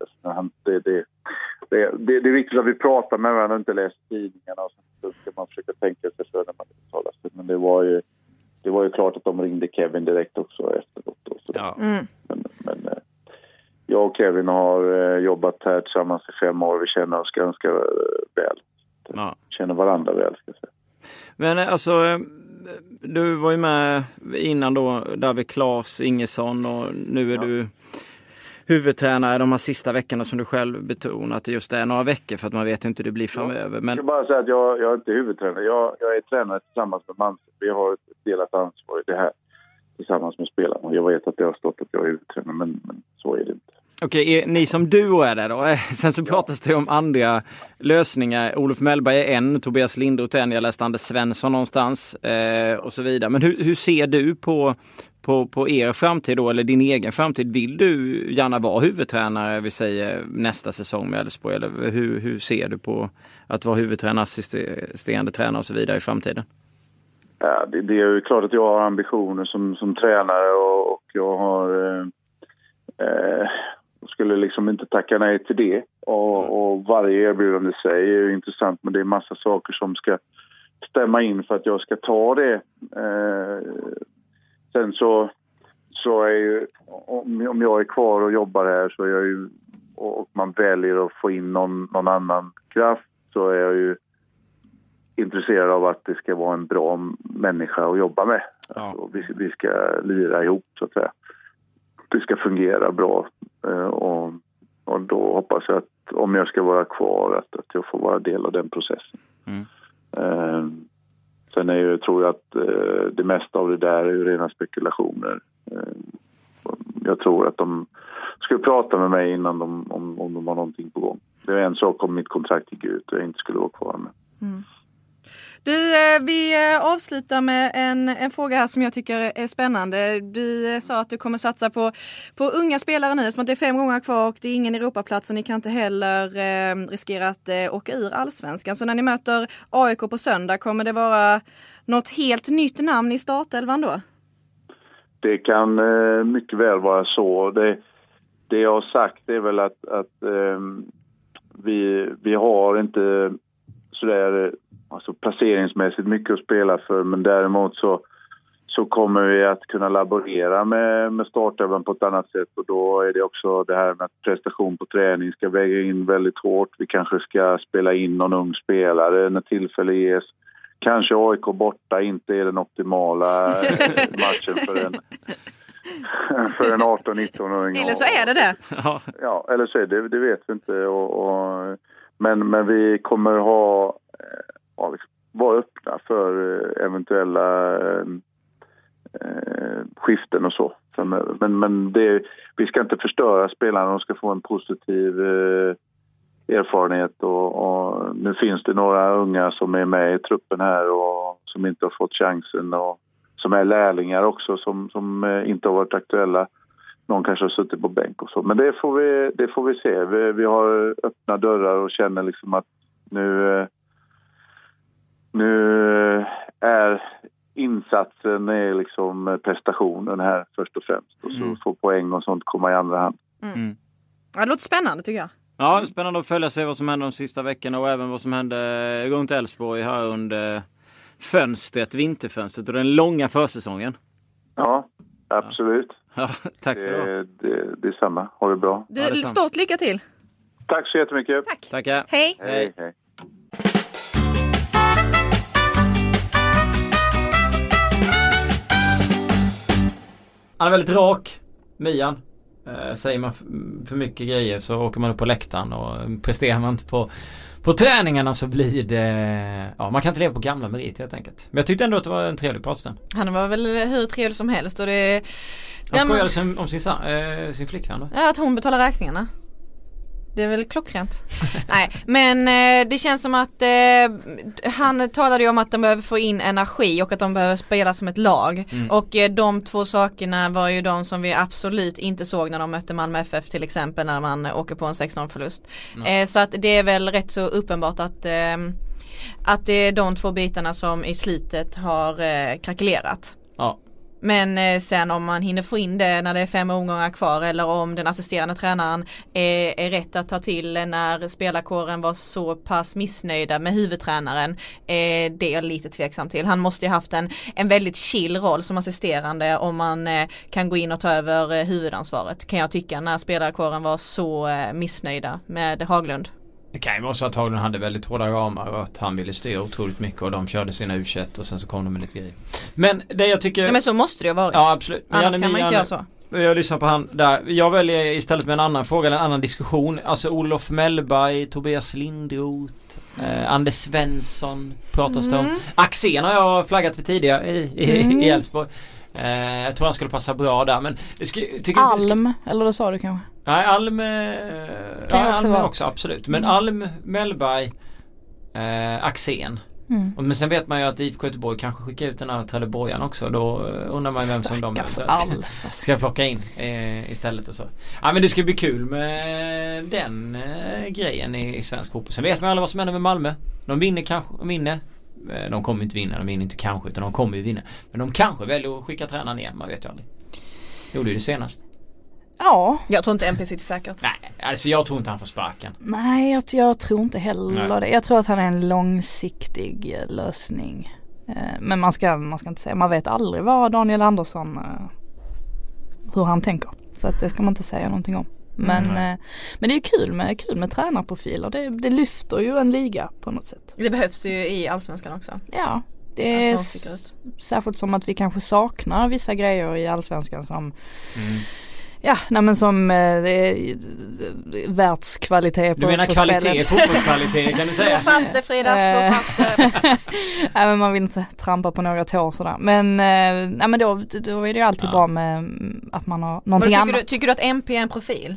Det är viktigt att vi pratar med varandra och inte läser tidningarna, och så ska man försöka tänka sig för när man uttalar sig. Men det var ju klart att de ringde Kevin direkt också efteråt. Ja. Men jag och Kevin har jobbat här tillsammans i 5 år. Vi känner oss ganska väl. Ja. Känner varandra väl, ska jag säga. Men alltså, du var ju med innan då, David Klas Ingesson, och nu är du huvudtränare de här sista veckorna, som du själv betonat att det just är några veckor, för att man vet inte hur det blir framöver. Men... Jag ska bara säga att jag är inte huvudtränare. Jag är tränare tillsammans med Mans. Vi har ett delat ansvar i det här tillsammans med spelarna. Jag vet att det har stått att jag är huvudtränare, men så är det inte. Okej, ni som duo är det då? Sen så pratas det om andra lösningar. Olof Mellberg är en, Tobias Lindroth är en, jag läste Anders Svensson någonstans och så vidare. Men hur ser du på er framtid då, eller din egen framtid? Vill du gärna vara huvudtränare, vi säger nästa säsong med Elfsborg, eller hur ser du på att vara huvudtränare, assisterande tränare och så vidare i framtiden? Ja, det är ju klart att jag har ambitioner som tränare, och jag har skulle liksom inte tacka nej till det, och varje erbjudande i sig är ju intressant, men det är massa saker som ska stämma in för att jag ska ta det. Sen så är ju, om jag är kvar och jobbar här, så är jag ju, och man väljer att få in någon annan kraft, så är jag ju intresserad av att det ska vara en bra människa att jobba med. Ja. Alltså, vi ska lira ihop, så att säga. Det ska fungera bra, och Och då hoppas jag att om jag ska vara kvar att jag får vara del av den processen. Sen tror jag att det mesta av det där är ju rena spekulationer. Jag tror att de skulle prata med mig innan om de har någonting på gång. Det är en sak om mitt kontrakt gick ut och jag inte skulle vara kvar med. Du, vi avslutar med en fråga här som jag tycker är spännande. Du sa att du kommer satsa på unga spelare nu, som att det är 5 gånger kvar och det är ingen Europaplats och ni kan inte heller riskera att åka ur allsvenskan. Så när ni möter AIK på söndag, kommer det vara något helt nytt namn i startelvan då? Det kan mycket väl vara så. Det jag har sagt är väl att vi har inte sådär alltså placeringsmässigt mycket att spela för, men däremot så kommer vi att kunna laborera med startelvan på ett annat sätt, och då är det också det här med att prestation på träning ska väga in väldigt hårt. Vi kanske ska spela in någon ung spelare när tillfälle ges. Kanske AIK borta inte är den optimala matchen för en 18-19-åring. Eller så är det. Ja, eller så är det vet vi inte. Men vi kommer vara öppna för eventuella skiften och så. Men vi ska inte förstöra spelarna, de ska få en positiv erfarenhet och nu finns det några unga som är med i truppen här och som inte har fått chansen och som är lärlingar också som inte har varit aktuella. Någon kanske har suttit på bänk och så. Men det får vi se. Vi har öppna dörrar och känner liksom att nu är insatsen är liksom prestationen här först och främst. Och så får poäng och sånt komma i andra hand. Ja, det låter spännande tycker jag. Ja, spännande att följa sig vad som händer de sista veckorna och även vad som hände runt Elfsborg här under vinterfönstret och den långa försäsongen. Ja, absolut. Ja, tack så mycket. Det är samma. Ha det bra. Stort lycka till. Tack så jättemycket. Tackar. Hej. Hej. Han är väldigt rak, Mian. Säger man för mycket grejer så åker man upp på läktaren och presterar man inte på träningarna så blir det... Ja, man kan inte leva på gamla meriter helt enkelt. Men jag tyckte ändå att det var en trevlig pratstund. Han var väl hur trevlig som helst och det... Han skojade om sin flickvän då? Ja, att hon betalar räkningarna. Det är väl klockrent. Nej, men det känns som att han talade ju om att de behöver få in energi och att de behöver spela som ett lag. Och de 2 sakerna var ju de som vi absolut inte såg när de mötte Malmö FF till exempel, när man åker på en 6-0-förlust. Så att det är väl rätt så uppenbart att det är de 2 bitarna som i slitet har krackelerat. Ja. Men sen om man hinner få in det när det är 5 omgångar kvar eller om den assisterande tränaren är rätt att ta till när spelarkåren var så pass missnöjda med huvudtränaren, det är jag lite tveksam till. Han måste ju haft en väldigt chill roll som assisterande om man kan gå in och ta över huvudansvaret, kan jag tycka, när spelarkåren var så missnöjda med Haglund. Det kan ju vara så att Haglund hade väldigt hårda ramar och att han ville styra otroligt mycket och de körde sina U21 och sen så kom de med lite grejer. Men det jag tycker... Nej, men så måste det ju vara. Ja, absolut. Annars kan man inte göra så. Jag lyssnar på han där. Jag väljer istället med en annan fråga eller en annan diskussion. Alltså Olof Mellberg, Tobias Lindroth, Anders Svensson pratas det om. Axén har jag flaggat för tidigare i Elfsborg. Jag tror han skulle passa bra där. Men Alm, eller det sa du kanske? Nej, Alm Alm också absolut. Men Alm, Mellberg, Axén. Men sen vet man ju att IFK Göteborg kanske skickar ut den här Trelleborgan också. Då undrar man vem som de ska plocka in istället och så. Ja, men det ska bli kul med den grejen i svensk fotboll. Sen vet man alla vad som händer med Malmö. De vinner kanske, de kommer inte vinna, de vinner inte kanske, utan de kommer ju vinna. Men de kanske väljer att skicka tränaren igen, man vet ju aldrig. Gjorde ju det senast. Ja. Jag tror inte MP sitter säkert. Nej, alltså jag tror inte han får sparken. Nej, jag tror inte heller det. Jag tror att han är en långsiktig lösning. Men man ska inte säga, man vet aldrig vad Daniel Andersson hur han tänker. Så att det ska man inte säga någonting om. Men det är ju kul med tränarprofiler. Det lyfter ju en liga på något sätt. Det behövs ju i Allsvenskan också. Ja, det är särskilt som att vi kanske saknar vissa grejer i Allsvenskan som Ja, nej men som världskvalitet på Du menar kvalitet, fotbollskvalitet kan du säga? Slå fast det Frida, slå fast det. Nej men man vill inte trampa på några tår sådär. Men, nej, men då är det ju alltid bra med att man har någonting annat. Tycker du att MP är en profil?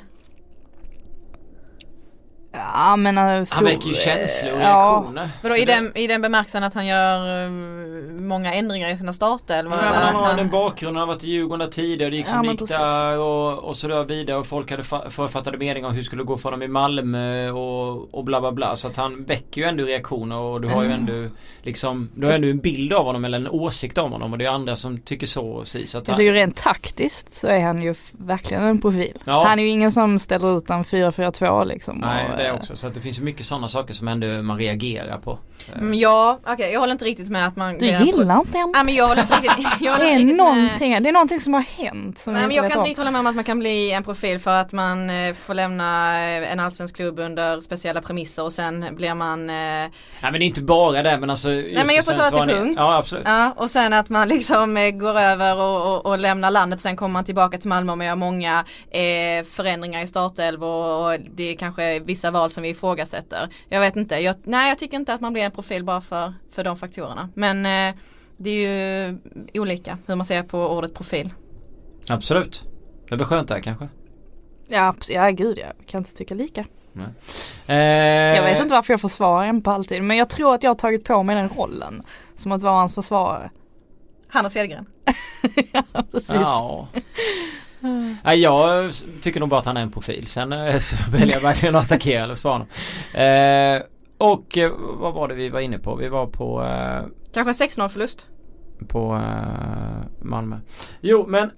Ja men han väcker ju känslor och reaktioner. Vadå, i den bemärkelsen att han gör många ändringar i sina starter? Eller han har den bakgrunden, han har varit i Djurgården tidigare, det gick som gick där och så där vidare, och folk hade författade meningar om hur skulle det gå för dem i Malmö och bla bla bla, så att han väcker ju ändå reaktioner, och du har ju ändå liksom, du har ändå en bild av honom eller en åsikt om honom, och det är andra som tycker så. Så att jag tycker rent taktiskt så är han ju verkligen en profil. Han är ju ingen som ställer ut en 4-4-2 liksom. Nej, det är också, så att det finns ju mycket sådana saker som ändå man reagerar på. Ja, okej, jag håller inte riktigt med att man... Du gillar inte MP? Nej, men jag håller inte riktigt... det är någonting som har hänt. Som nej, men jag kan inte riktigt hålla med om att man kan bli en profil för att man får lämna en allsvensk klubb under speciella premisser, och sen blir man... Nej, men det är inte bara det, men alltså... Nej, men jag får ta till punkt. Ja, absolut. Ja, och sen att man liksom går över och lämnar landet, sen kommer man tillbaka till Malmö och man gör många förändringar i startelv, och det är kanske vissa val som vi ifrågasätter. Jag vet inte. Jag tycker inte att man blir en profil bara för de faktorerna. Men det är ju olika hur man ser på ordet profil. Absolut. Det blir skönt där kanske. Ja, gud, jag kan inte tycka lika. Jag vet inte varför jag försvarar en på alltid, men jag tror att jag har tagit på mig den rollen som att vara hans försvarare. Hanna Cedergren. Ja, precis. Ja. Nej, jag tycker nog bara att han är en profil. Sen väljer jag verkligen att attackera eller svara. Och vad var det vi var inne på? Vi var på... kanske 6-0 förlust. På Malmö. Jo, men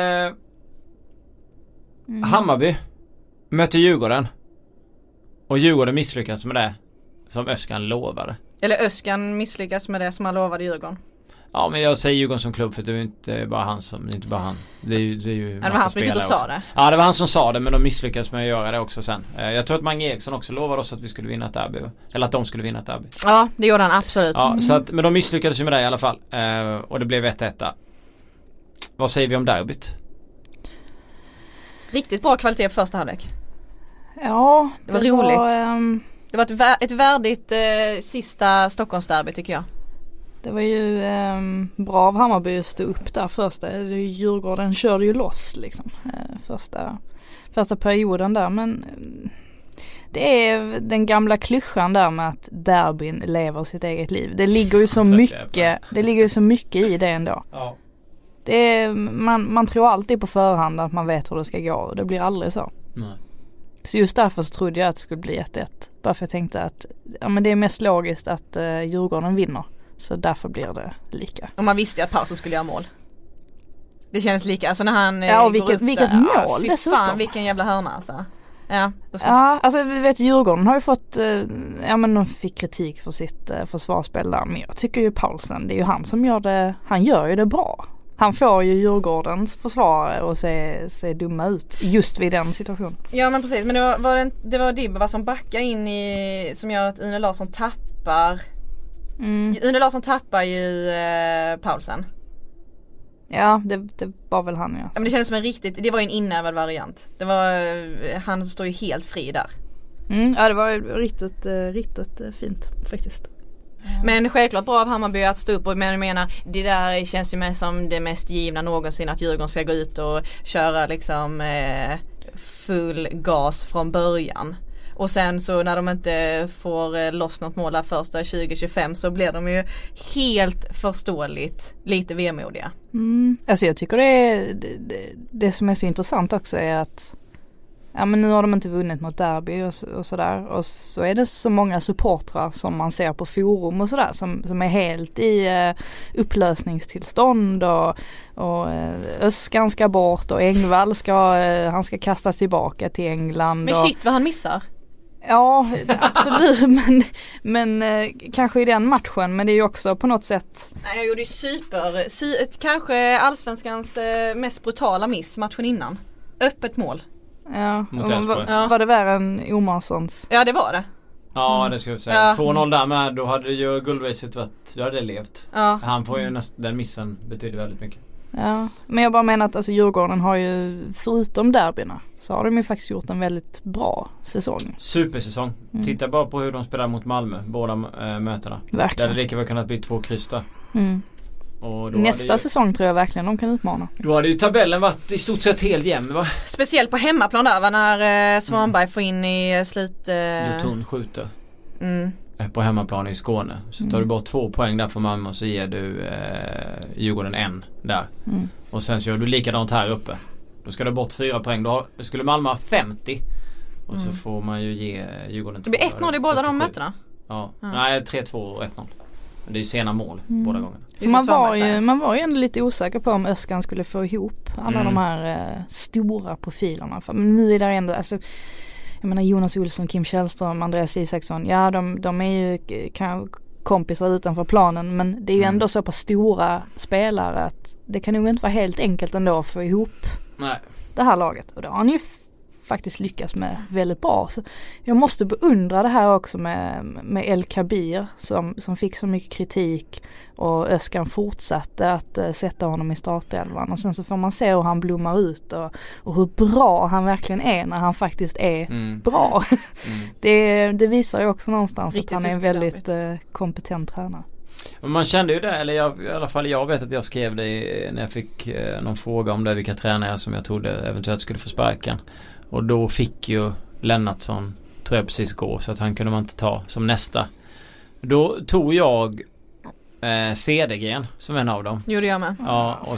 Hammarby möter Djurgården. Och Djurgården misslyckas med det som Öskan lovade. Eller Öskan misslyckas med det som han lovade Djurgården. Ja, men jag säger Djurgården som klubb, för det är inte bara han som... Det är inte bara han. Det är ju det var han som gick ut och sa det. Ja, det var han som sa det, men de misslyckades med att göra det också sen. Jag tror att Mange Eriksson också lovade oss att vi skulle vinna ett derby. Eller att de skulle vinna ett derby. Ja, det gjorde han absolut. Ja, så att, men de misslyckades ju med det i alla fall. Och det blev 1-1. Vad säger vi om derbyt? Riktigt bra kvalitet på första halvlek. Ja, det var roligt. Det var ett värdigt sista Stockholmsderby tycker jag. Det var ju bra av Hammarby att stå upp där första. Djurgården körde ju loss liksom första perioden där, men det är den gamla klyschan där med att derbyn lever sitt eget liv. Det ligger ju så mycket i det ändå. Ja. Man tror alltid på förhand att man vet hur det ska gå, och det blir aldrig så. Nej. Så just därför så trodde jag att det skulle bli 1-1. Bara för jag tänkte att men det är mest logiskt att Djurgården vinner. Så därför blir det lika. Och man visste ju att Paulsson skulle göra mål. Det känns lika. Alltså när han och vilket mål dessutom. Fan, vilken jävla hörna alltså. Ja, alltså vi vet, Djurgården har ju fått men de fick kritik för sitt försvarsspel där. Men jag tycker ju Paulsen, det är ju han som gör det. Han gör ju det bra. Han får ju Djurgårdens försvarare att se dumma ut just vid den situationen. Ja, men precis. Men det var Dibba som backar in i, som gör att Une Larsson tappar. Une Larsson tappar ju Paulsen. Ja, det var väl han, ja. Men det kändes som det var en inövad variant. Han står ju helt fri där. Ja, det var riktigt fint faktiskt. Men självklart bra av Hammarby att stå upp, och jag menar, det där känns ju med som det mest givna någonsin, att Djurgården ska gå ut och köra liksom full gas från början. Och sen så när de inte får loss något mål där första 20-25 så blir de ju helt förståeligt lite vemodiga. Alltså jag tycker det som är så intressant också är att men nu har de inte vunnit något derby och sådär. Och så är det så många supportrar som man ser på forum och sådär som är helt i upplösningstillstånd och Öskan ska bort och Engvall han ska kastas tillbaka till England. Men shit, vad han missar. Ja, absolut. men kanske i den matchen. Men det är ju också på något sätt... Nej, jag gjorde ju kanske allsvenskans mest brutala miss matchen innan. Öppet mål. Ja, var det värre än Omarssons? Ja, det var det. Ja, det ska jag säga. 2-0 där med, då hade ju guldracet varit, då hade det levt. Ja. Han får ju den missen betyder väldigt mycket. Ja, men jag bara menar att alltså, Djurgården har ju förutom derbyna så har de ju faktiskt gjort en väldigt bra säsong. Supersäsong. Titta bara på hur de spelar mot Malmö, båda mötena. Verkligen. Där det lika väl kunnat bli 2 kryss där. Och då nästa säsong tror jag verkligen de kan utmana. Då hade ju tabellen varit i stort sett helt jämn, va? Speciellt på hemmaplan där, när Svanberg får in i slut... Jotun skjuter. På hemmaplan i Skåne. Så tar du bort 2 poäng där för Malmö och så ger du Djurgården 1 där. Och sen så gör du likadant här uppe. Då ska du bort 4 poäng. Då skulle Malmö ha 50. Och så får man ju ge Djurgården 2. Det blir 1-0 i båda de mötena. Ja. Nej, 3-2 och 1-0. Det är ju sena mål båda gångerna. Man var ju ändå lite osäker på om Öskan skulle få ihop alla de här stora profilerna. Men nu är det ändå, alltså, jag menar Jonas Olsson, Kim Källström, Andreas Isaksson, ja de är ju kompisar utanför planen, men det är ju ändå så pass stora spelare att det kan nog inte vara helt enkelt ändå att få ihop det här laget. Och det har han ju faktiskt lyckas med väldigt bra. Så jag måste beundra det här också med El Kabir som fick så mycket kritik och Öskan fortsatte att sätta honom i startelvan och sen så får man se hur han blommar ut och hur bra han verkligen är när han faktiskt är bra. Det visar ju också någonstans riktigt att han är en väldigt kompetent tränare. Man kände ju det, eller i alla fall jag vet att jag skrev det när jag fick någon fråga om det, vilka tränare som jag trodde eventuellt skulle få sparken. Och då fick ju Lennartsson, tror jag precis gå, så att han kunde man inte ta som nästa. Då tog jag Cedergren som en av dem. Gjorde jag med. Ja, och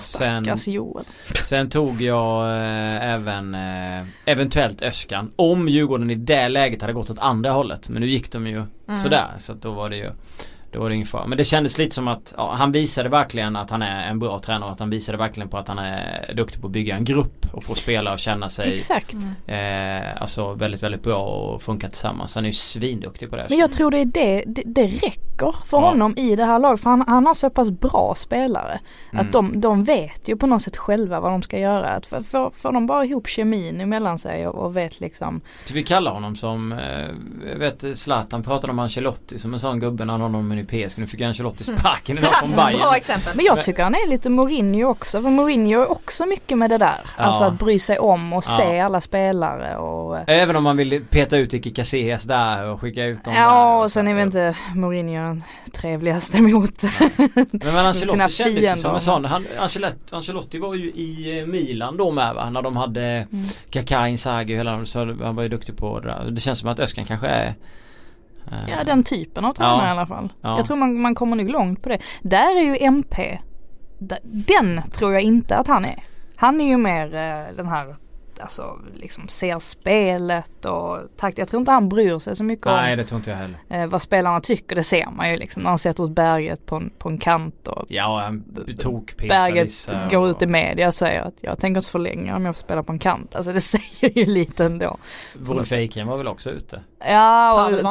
sen tog jag även eventuellt Öskan. Om Djurgården i det läget hade gått åt andra hållet. Men nu gick de ju sådär, så att då var det ingen fara. Men det kändes lite som att han visade verkligen att han är en bra tränare och att han visade verkligen på att han är duktig på att bygga en grupp och få spela och känna sig alltså väldigt, väldigt bra och funka tillsammans. Han är ju svinduktig på det. Men jag tror det räcker för honom i det här laget, för han har så pass bra spelare att de vet ju på något sätt själva vad de ska göra. Att för de bara ihop kemin emellan sig och vet liksom. Vi kallar honom som jag vet Zlatan pratade om Ancelotti som en sån gubbe när han har någon PSG. Nu fick Ancelotti sparken idag från Bayern. Bra exempel. Men jag tycker han är lite Mourinho också. För Mourinho är också mycket med det där. Ja. Alltså att bry sig om och se alla spelare. Och även om man vill peta ut Iker Casillas där och skicka ut dem där. Ja, och sen är väl inte Mourinho den trevligaste mot men Ancelotti kändes ju som en sån. Ancelotti var ju i Milan då med, va? När de hade Kaká, Inzaghi och hela, så han var ju duktig på det där. Det känns som att Öskan kanske är ja, den typen av tränare i alla fall. Ja. Jag tror man kommer nog långt på det. Där är ju MP, den tror jag inte att han är. Han är ju mer den här, alltså liksom ser spelet och takt. Jag tror inte han bryr sig så mycket Nej, det tror inte jag heller. Vad spelarna tycker, det ser man ju liksom när han sätter ut Berget på en kant och han Berget går ut i media och säger att jag tänker inte förlänga om jag får spela på en kant. Alltså det säger ju lite ändå. Wolf Eikrem var väl också ute? Ja, och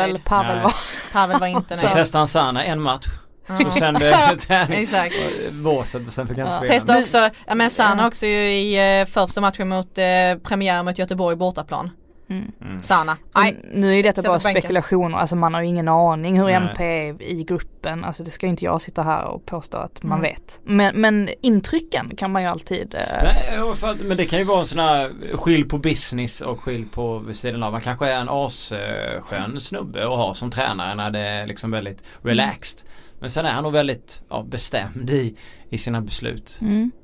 Pavel var inte så testade han Sana en match. Så sen exakt. Båset och sen fick han spela. Testa också, men Sana också i första matchen mot premiär mot Göteborg bortaplan. Sana. Nu är detta bara spekulationer, alltså man har ju ingen aning hur MP är i gruppen, alltså det ska ju inte jag sitta här och påstå att man vet. Men intrycken kan man ju alltid men det kan ju vara en sån här skill på business och skill på vid sidan av. Man kanske är en asskön snubbe och har som tränare när det är liksom väldigt relaxed. Men sen är han nog väldigt bestämd i sina beslut.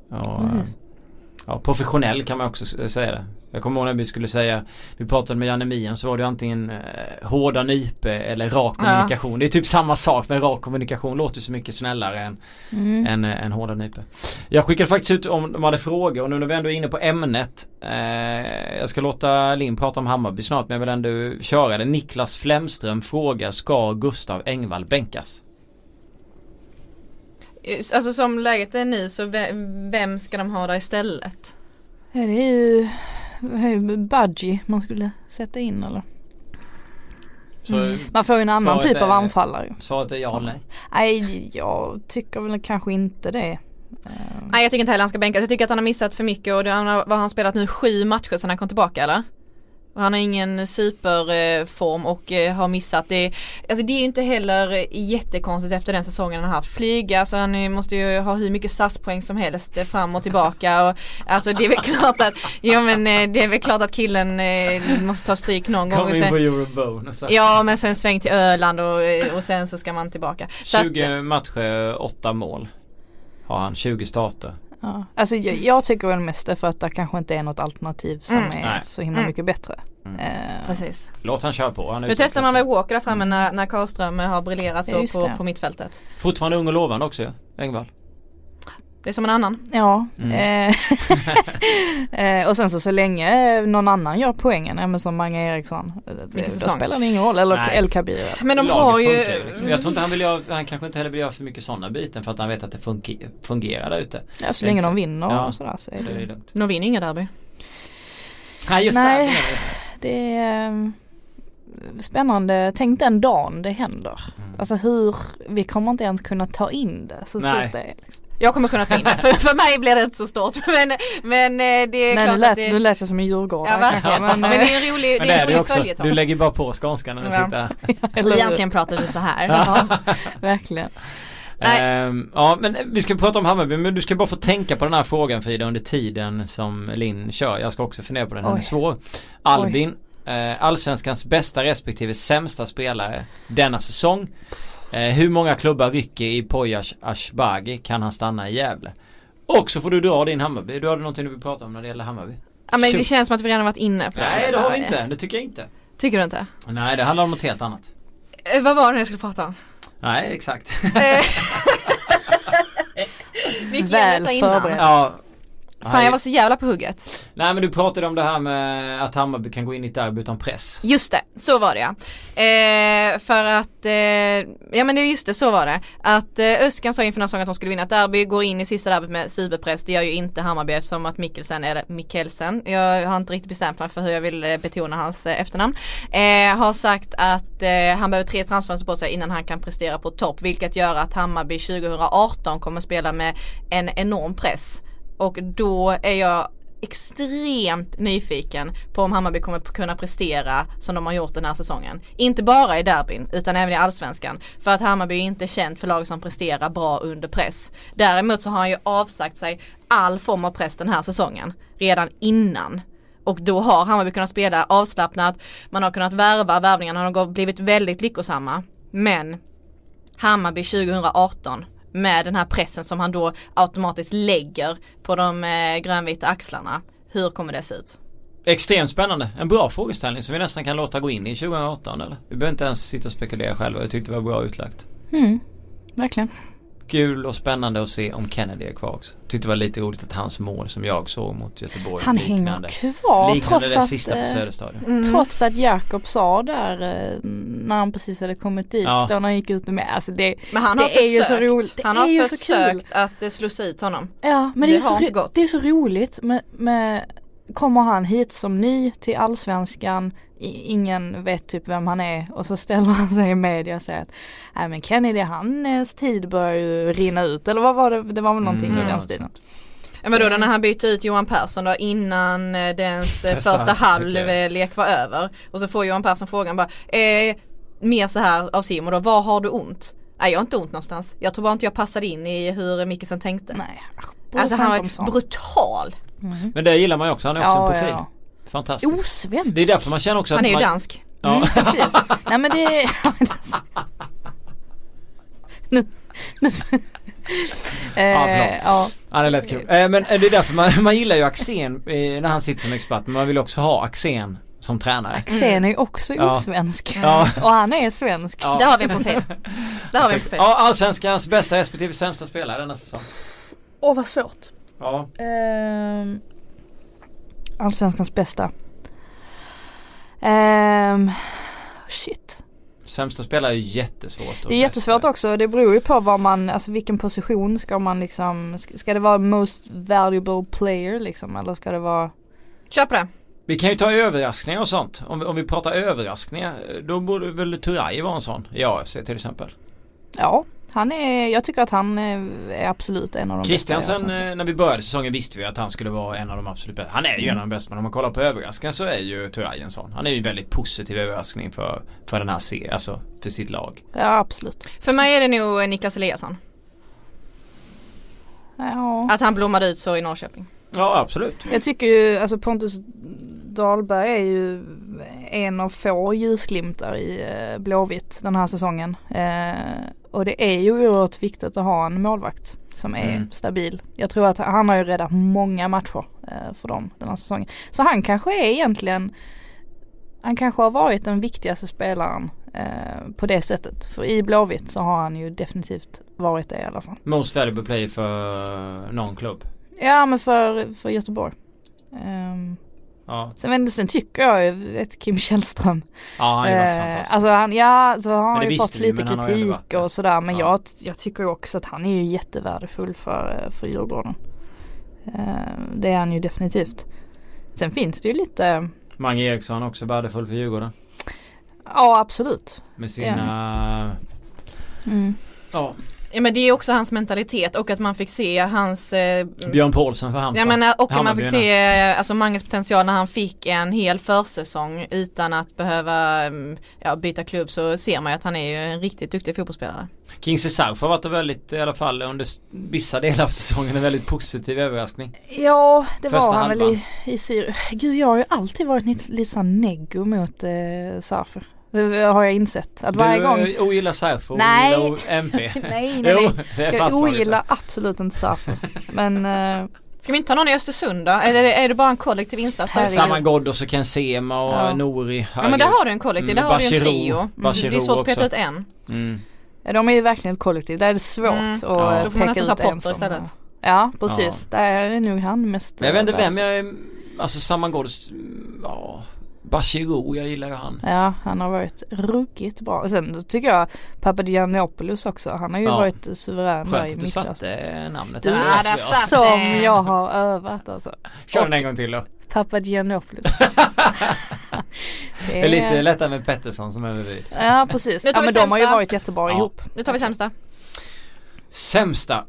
Och professionell kan man också säga det. Jag kommer ihåg när vi skulle säga, vi pratade med Janne Mien, så var det antingen hårda nype eller rak kommunikation. Det är typ samma sak, men rak kommunikation låter så mycket snällare än hårda nype. Jag skickade faktiskt ut om de hade frågor, och nu när vi ändå är inne på ämnet, jag ska låta Linn prata om Hammarby snart, men jag vill ändå köra det. Niklas Flemström frågar, ska Gustav Engvall bänkas? Alltså som läget är nu, så vem ska de ha där istället? Det är ju Budgie man skulle sätta in, eller? Man får ju en annan typ av anfallare. Svaret är ja eller nej? Nej, jag tycker väl kanske inte det. Nej, jag tycker inte heller han ska bänkas. Jag tycker att han har missat för mycket, och vad har han spelat nu? 7 matcher sedan han kom tillbaka, eller? Han har ingen superform och har missat det. Alltså det är ju inte heller jättekonstigt efter den säsongen han har haft. Flyga, så han måste ju ha hur mycket SAS-poäng som helst fram och tillbaka. Och, alltså det är väl klart att det är väl klart att killen måste ta stryk någon gång. Kom in på Eurobone. Ja, men sen sväng till Öland och sen så ska man tillbaka. 20 matcher, 8 mål. Har han 20 starter. Ja. Alltså jag tycker väl mest för att det kanske inte är något alternativ som är så himla mycket bättre. Precis. Låt han köra på. Nu testar man väl Walker där framme när Karlström har briljerat så på mittfältet. Fortfarande ung och lovande också, ja. Engvall. Det är som en annan. Ja. Och sen så länge någon annan gör poängen, som Mange Eriksson, då spelar det ingen roll. Eller El Kabir. Men de har ju... Liksom. Jag tror inte han kanske inte heller vill göra för mycket sådana byten för att han vet att det fungerar där ute. Ja, så länge de vinner och sådär så är det lugnt. De vinner inga derby. Nej, just det är spännande. Tänk den dagen det händer. Alltså vi kommer inte ens kunna ta in det så stort det är liksom. Jag kommer kunna ta in det. För mig blir det inte så stort. Men det är klart att det... Nu lät jag som en djurgårdare. Ja, men det är en rolig följetong. Du lägger bara på skånskan när du sitter här. Egentligen pratar vi så här. Ja, verkligen. Ja, men vi ska prata om Hammarby, men du ska bara få tänka på den här frågan, Frida, under tiden som Linn kör. Jag ska också fundera på den, den är svår. Albin, allsvenskans bästa respektive sämsta spelare denna säsong. Hur många klubbar rycker i Poyas Ashbagi? Kan han stanna i Gävle? Och så får du dra din Hammarby. Du hade någonting du vill prata om när det gäller Hammarby. Ja, men det känns som att vi redan varit inne på det. Nej, det har vi inte. Det tycker jag inte. Tycker du inte? Nej, det handlar om något helt annat. Vad var det jag skulle prata om? Nej, exakt. Vilket väl förberedd. Ja. Fan, jag var så jävla på hugget. Nej, men du pratade om det här med att Hammarby kan gå in i ett derby utan press. Just det, så var det ja. För att, ja men det är just det, så var det. Att Öskan sa inför den säsongen att de skulle vinna ett derby, går in i sista derbyt med superpress. Det gör ju inte Hammarby eftersom att Mikkelsen, jag har inte riktigt bestämt mig för hur jag vill betona hans efternamn, har sagt att han behöver 3 transfers på sig innan han kan prestera på topp. Vilket gör att Hammarby 2018 kommer spela med en enorm press. Och då är jag extremt nyfiken på om Hammarby kommer kunna prestera som de har gjort den här säsongen. Inte bara i derbyn utan även i allsvenskan. För att Hammarby är inte känt för lag som presterar bra under press. Däremot så har han ju avsagt sig all form av press den här säsongen. Redan innan. Och då har Hammarby kunnat spela avslappnat. Man har kunnat värvningarna har blivit väldigt lyckosamma. Men Hammarby 2018 med den här pressen som han då automatiskt lägger på de grönvita axlarna. Hur kommer det se ut? Extremt spännande. En bra frågeställning som vi nästan kan låta gå in i 2018, eller? Vi behöver inte ens sitta och spekulera själva. Jag tyckte det var bra utlagt. Verkligen. Kul och spännande att se om Kennedy är kvar också. Tyckte det var lite roligt att hans mål som jag såg mot Göteborg han hänger kvar trots det att sista på Söderstadion. Trots att Jakob sa där när han precis hade kommit dit då när han gick ut med alltså det, men han har det är ju så roligt. Han har försökt att slussa ut honom. Ja, men det är så roligt med kommer han hit som ny till allsvenskan, ingen vet typ vem han är, och så ställer han sig i media och säger att nej men Kennedy, hans tid börjar ju rinna ut, eller vad var det? Det var väl någonting i den stilen. Men då när han bytte ut Johan Persson då innan dens första halvlek var över, och så får Johan Persson frågan bara mer så här av Simon då, vad har du ont? Nej, jag har inte ont någonstans. Jag tror bara inte jag passade in i hur Mikkelsen tänkte. Nej. Alltså han var brutal. Men det gillar man ju också. Han är också en profil. Ja. Fantastiskt. Osvensk. Det är därför man känner också att han är ju dansk. Ja. Precis. Nej men det är ja, det är lätt kul. Men det är därför man gillar ju Axén när han sitter som expert, men man vill också ha Axén som tränare. Axén är ju också osvensk. Ja. Och han är svensk. Ja. Det har vi en profil. Ja, allsvenskans bästa respektive sämsta spelare denna säsong. Vad svårt. Ja. Allsvenskans bästa. Shit. Sämsta spelare är ju jättesvårt. Det är jättesvårt också. Det beror ju på vad man, alltså vilken position ska man liksom, ska det vara most valuable player liksom, eller ska det vara... Köp det. Vi kan ju ta överraskningar och sånt. Om vi pratar överraskningar, då borde väl Turay vara en sån i AFC till exempel. Ja, Jag tycker att han är absolut en av de Christiansen, bästa. När vi började säsongen visste vi att han skulle vara en av de absolut bästa. Han är ju en av de bästa, men om man kollar på överraskningar så är ju Turay en sån. Han är ju en väldigt positiv överraskning för den här serien, alltså för sitt lag. Ja, absolut. För mig är det nog Niklas Eliasson. Ja. Att han blommade ut så i Norrköping. Ja, absolut. Jag tycker ju, alltså Pontus Dahlberg är ju en av få ljusglimtar i Blåvitt den här säsongen. Och det är ju oerhört viktigt att ha en målvakt som är stabil. Jag tror att han har ju räddat många matcher för dem den här säsongen. Så han kanske är egentligen, han kanske har varit den viktigaste spelaren på det sättet. För i Blåvitt så har han ju definitivt varit det i alla fall. Most valuable play för någon klubb. Ja, men för Göteborg. Ja. Sen tycker jag Kim Källström. Ja, han har ju varit fantastisk. Alltså så har han ju fått lite men kritik och sådär. Men jag tycker ju också att han är ju jättevärdefull för Djurgården. Det är han ju definitivt. Sen finns det ju lite... Mange Eriksson också värdefull för Djurgården. Ja, absolut. Med sina... Ja, men det är också hans mentalitet och att man fick se hans... Björn Paulsen för Halmstad. Ja, men och att man fick se alltså Manges potential när han fick en hel försäsong utan att behöva byta klubb, så ser man ju att han är ju en riktigt duktig fotbollsspelare. Kingsley South har varit väldigt, i alla fall under vissa delar av säsongen, en väldigt positiv överraskning. Ja, det var han väl i Sirius. Gud, jag har ju alltid varit lite så neggo mot Sarfer. Det har jag insett. Att varje gång... Du ogillar Sarfer och ogillar MP. Nej. Jo, jag ogillar absolut inte Sarfer. Men... Ska vi inte ta någon i Östersund då? Eller är det bara en kollektiv insats? Saman Ghoddos och Ken Sema och Nouri. Ja, men där har du en kollektiv. Där har du en trio. Det är svårt att peta ut en. Ja, de är ju verkligen ett kollektiv. Där är det svårt att då får man peka ut ta en Potter som... istället. Ja, precis. Där är nog han mest... Men jag vet inte vem jag är... Alltså Saman Ghoddos... Ja... Bachirou, jag gillar ju han. Ja, han har varit ruggigt bra. Och sen tycker jag Papagiannopoulos också. Han har ju varit suverän där i mittklass. Skönt att du satte namnet. Det är som jag har övat alltså. Kör den en gång till då. Papagiannopoulos. Det är lite lättare med Pettersson som är vid. Ja, precis. Ja, men de har ju varit jättebra ihop. Nu tar vi sämsta. Sämsta?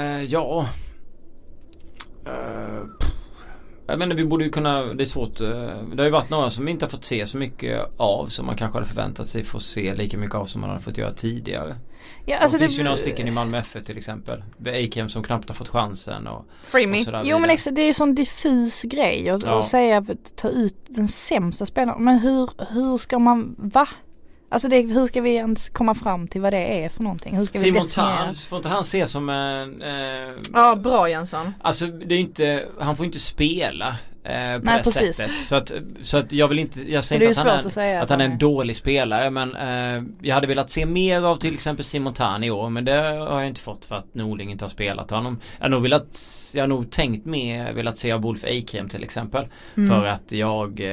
Jag menar, vi borde ju kunna, det är svårt, det har ju varit några som inte har fått se så mycket av som man kanske hade förväntat sig få se lika mycket av som man hade fått göra tidigare. Ja, alltså det finns ju några stycken i Malmö FF till exempel. Eikrem som knappt har fått chansen och jo, men det är ju sån diffus grej att säga, ta ut den sämsta spelaren. Men hur ska man, hur ska vi ens komma fram till vad det är för någonting? Hur ska vi definiera? Får inte han se som en... Ja, bra Jönsson. Alltså det är inte, han får inte spela på nej, det precis. sättet. Så att jag vill inte, jag säger inte att han är en dålig spelare, men jag hade velat se mer av till exempel Simon Tan i år, men det har jag inte fått för att Norling inte har spelat honom. Jag har nog tänkt mer, velat se av Wolf Eikrem till exempel, för att det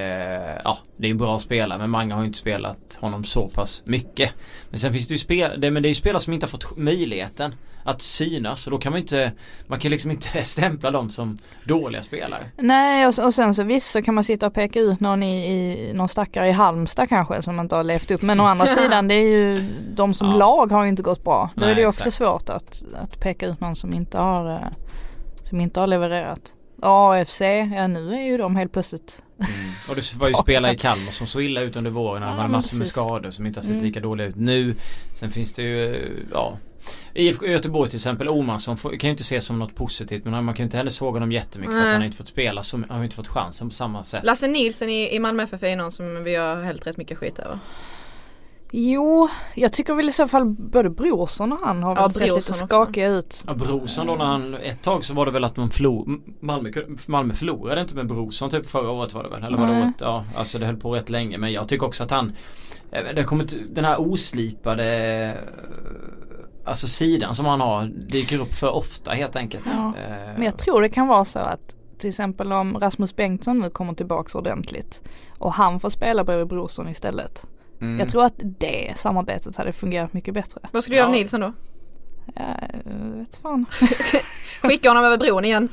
är en bra spelare, men många har inte spelat honom så pass mycket. Men sen finns det ju det är ju spelare som inte har fått möjligheten att synas, och då kan man kan liksom inte stämpla dem som dåliga spelare. Nej, och sen så visst så kan man sitta och peka ut någon i någon stackare i Halmstad kanske som inte har levt upp, men å andra sidan det är ju de som lag har ju inte gått bra. Då är det ju också svårt att peka ut någon som inte har levererat. AFC, nu är ju de helt plötsligt. Och det var ju spelare i Kalmar som så illa ut under våren. Han hade massor med skador som inte har sett lika dåliga ut nu. Sen finns det ju i Göteborg till exempel, Omarsson kan ju inte ses som något positivt, men man kan ju inte heller såga honom jättemycket för att han har inte fått spela, så han har inte fått chansen på samma sätt. Lasse Nilsson i Malmö FF är någon som vi har hällt rätt mycket skit över. Jo, jag tycker väl i så fall både Brorsson och han har sett lite skakiga ut. Ja, Brorsson då, när han ett tag så var det väl att Malmö förlorade inte med Brorsson typ förra året var det väl, eller var det året? Ja, alltså det höll på rätt länge, men jag tycker också att den här oslipade alltså sidan som han har dyker upp för ofta helt enkelt. Ja, men jag tror det kan vara så att till exempel om Rasmus Bengtsson nu kommer tillbaka ordentligt och han får spela bredvid Brorsson istället. Jag tror att det samarbetet hade fungerat mycket bättre. Vad skulle du göra av Nilsson då? Jag vet fan. Skicka honom över bron igen.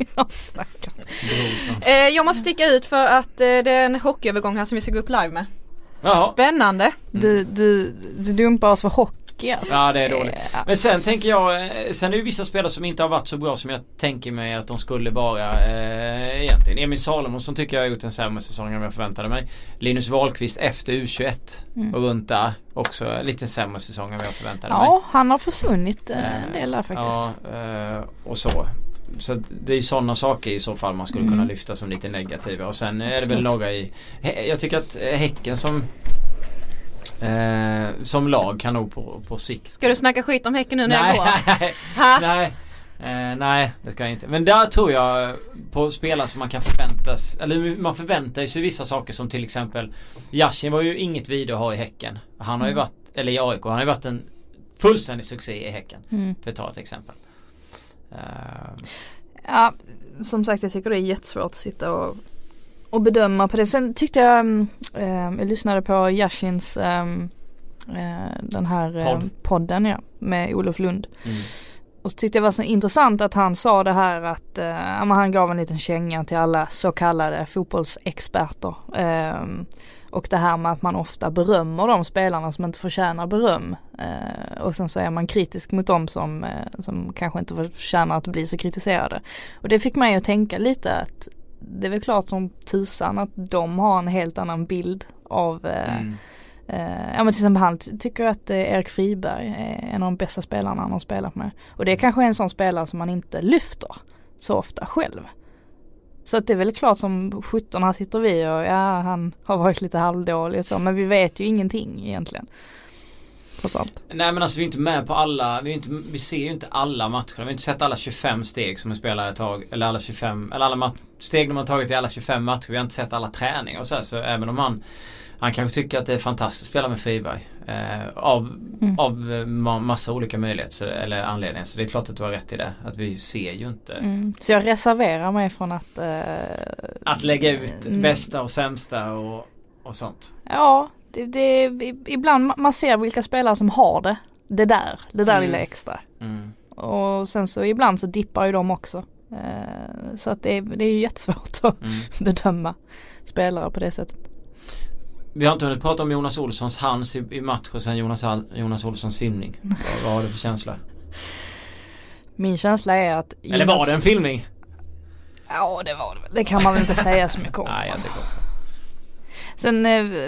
Jag måste sticka ut för att det är en hockeyövergång här som vi ska gå upp live med. Jaha. Spännande. Du dumpar oss för hockey tråkig alltså. Ja, det är dåligt. Men sen tänker jag, sen är det ju vissa spelare som inte har varit så bra som jag tänker mig att de skulle vara egentligen. Emil Salomonsson tycker jag har gjort en sämre säsong än jag förväntade mig. Linus Wahlqvist efter U21 och runt där också lite sämre säsong än jag förväntade mig. Ja, han har försvunnit en del där faktiskt. Ja, och så. Så det är ju sådana saker i så fall man skulle kunna lyfta som lite negativa. Och sen är det väl några i... Jag tycker att Häcken som lag kan nog på sikt. Ska du snacka skit om Häcken nu när jag går? Nej, det ska jag inte. Men där tror jag på spelare som man kan förväntas, eller man förväntar sig vissa saker, som till exempel Yashin var ju inget vidare att ha i Häcken. Han har ju varit, eller i AIK, han har ju varit en fullständig succé i Häcken, för att ta ett exempel. Ja, som sagt, jag tycker det är jättesvårt att sitta och bedöma på det. Sen tyckte jag lyssnade på Yashins den här podden med Olof Lund. Och så tyckte jag var så intressant att han sa det här att han gav en liten känga till alla så kallade fotbollsexperter. Och det här med att man ofta berömmer de spelarna som inte förtjänar beröm. Och sen så är man kritisk mot dem som kanske inte förtjänar att bli så kritiserade. Och det fick mig att tänka lite att det är väl klart som tusan att de har en helt annan bild av... men till exempel han tycker att Erik Friberg är en av de bästa spelarna han har spelat med. Och det är kanske en sån spelare som man inte lyfter så ofta själv. Så att det är väl klart som 17 här sitter vi och han har varit lite halvdålig och så, men vi vet ju ingenting egentligen. Sånt. Nej, men alltså vi är inte med på alla, vi ser ju inte alla matcher. Vi har inte sett alla 25 steg som en spelare tagit, eller alla 25, eller alla steg de har tagit i alla 25 matcher. Vi har inte sett alla träningar och så även om han kanske tycker att det är fantastiskt att spela med Friberg av massa olika möjligheter eller anledningar. Så det är klart att du har rätt i det. Att vi ser ju inte. Så jag reserverar mig från att lägga ut bästa och sämsta och sånt. Ja, det ibland man ser vilka spelare som har det där lilla extra. Och sen så ibland så dippar ju de också. Så att det är ju jättesvårt att bedöma spelare på det sättet. Vi har inte hunnit prata om Jonas Olssons hands i match och sen Jonas Olssons filmning. Vad har du för känsla? Min känsla är att... Eller var det en filmning? Ja, det var det väl. Det kan man väl inte säga så mycket om. Nej, jag tycker också. Sen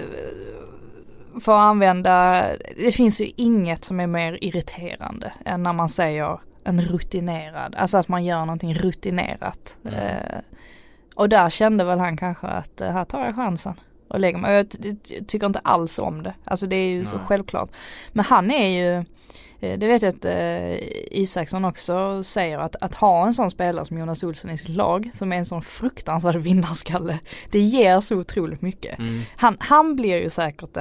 för att använda... Det finns ju inget som är mer irriterande än när man säger en rutinerad. Alltså att man gör någonting rutinerat. Och där kände väl han kanske att här tar jag chansen. Och lägger mig. Jag tycker inte alls om det. Alltså det är ju så självklart. Men han är ju, det vet jag att Isaksson också säger, att ha en sån spelare som Jonas Olsson i sitt lag, som är en sån fruktansvärd vinnarskalle, det ger så otroligt mycket. Han blir ju säkert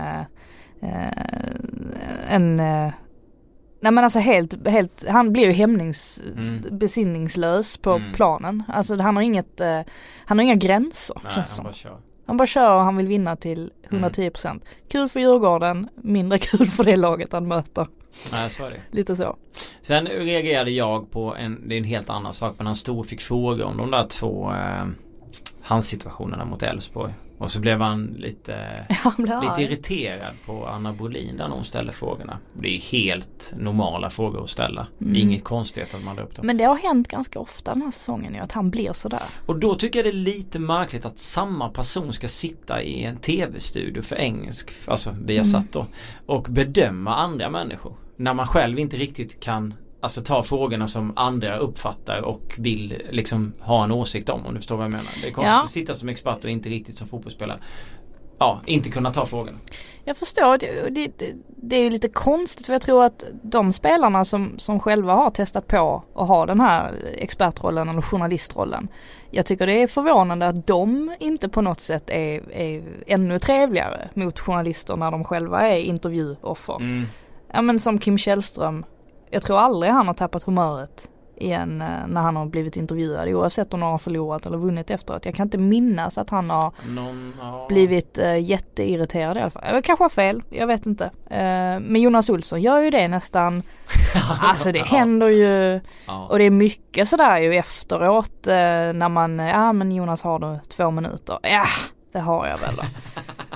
nej men alltså helt han blir ju besinningslös på planen. Alltså han har inga gränser. Nej, han bara kör och han vill vinna till 110%. Kul för Djurgården, mindre kul för det laget han möter. Nej, så är det. Lite så. Sen reagerade jag på det är en helt annan sak, men han stod och fick fråga om de där två hans situationerna mot Elfsborg. Och så blev han lite irriterad på Anna Brolin där hon ställer frågorna. Det är helt normala frågor att ställa. Inget konstigt att man drar upp dem. Men det har hänt ganska ofta den här säsongen, att han blir sådär. Och då tycker jag det är lite märkligt att samma person ska sitta i en tv-studio för engelsk, alltså Viasat då, och bedöma andra människor. När man själv inte riktigt kan ta frågorna som andra uppfattar och vill liksom ha en åsikt om du förstår vad jag menar. Det är konstigt att sitta som expert och inte riktigt som fotbollsspelare. Inte kunna ta frågorna. Jag förstår, det är ju lite konstigt, för jag tror att de spelarna som själva har testat på att ha den här expertrollen eller journalistrollen, jag tycker det är förvånande att de inte på något sätt är ännu trevligare mot journalister när de själva är intervjuoffer. Ja, men som Kim Källström, jag tror aldrig han har tappat humöret igen när han har blivit intervjuad, oavsett om han har förlorat eller vunnit efteråt. Jag kan inte minnas att han har blivit jätteirriterad i alla fall. Jag kanske har fel, jag vet inte. Men Jonas Olsson gör ju det nästan. Alltså det händer ju. Och det är mycket sådär ju efteråt när man, men Jonas har då 2 minuter. Ja, det har jag väl då.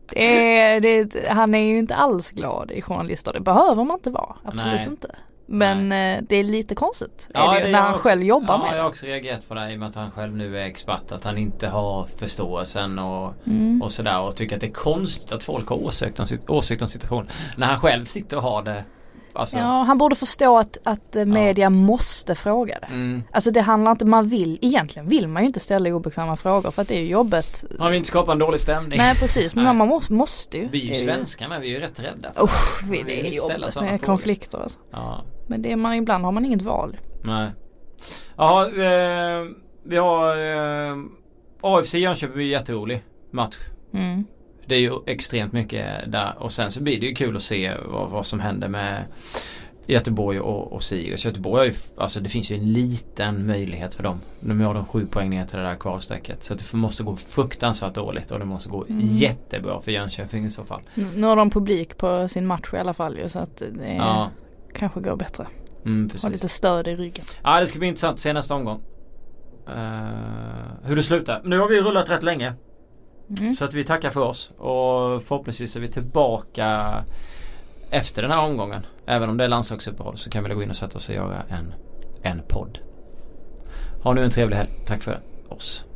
Han är ju inte alls glad i journalister. Det behöver man inte vara. Absolut inte. Men det är lite konstigt när han själv jobbar med det. Jag har också reagerat på det i och med att han själv nu är expert. Att han inte har förståelsen och sådär. Och tycker att det är konstigt att folk har åsikt om situationen. När han själv sitter och har det. Alltså. Ja, han borde förstå att media måste fråga det. Alltså det handlar inte, egentligen vill man ju inte ställa obekväma frågor för att det är ju jobbet. Man vill inte skapa en dålig stämning. Nej, precis, men man måste ju. Vi är ju svenskarna, vi är ju rätt rädda för det är jobbet med konflikter alltså. Ja. Men ibland har man inget val. Nej. Ja, vi har AFC Jönköping blir jätterolig match. Det är ju extremt mycket där. Och sen så blir det ju kul att se vad som händer med Göteborg och Sirius. Göteborg har ju, alltså det finns ju en liten möjlighet för dem. Nu har de 7 poäng ner till det där kvalsträcket. Så det måste gå fruktansvärt dåligt. Och det måste gå jättebra för Jönköping i så fall. Nu har de publik på sin match i alla fall ju, så att det kanske går bättre. Ha lite stöd i ryggen. Ja, det ska bli intressant att se nästa omgång. Hur det slutar. Nu har vi rullat rätt länge. Så att vi tackar för oss. Och förhoppningsvis är vi tillbaka efter den här omgången. Även om det är landslagsuppehåll så kan vi gå in och sätta oss och göra en podd. Ha nu en trevlig helg. Tack för oss.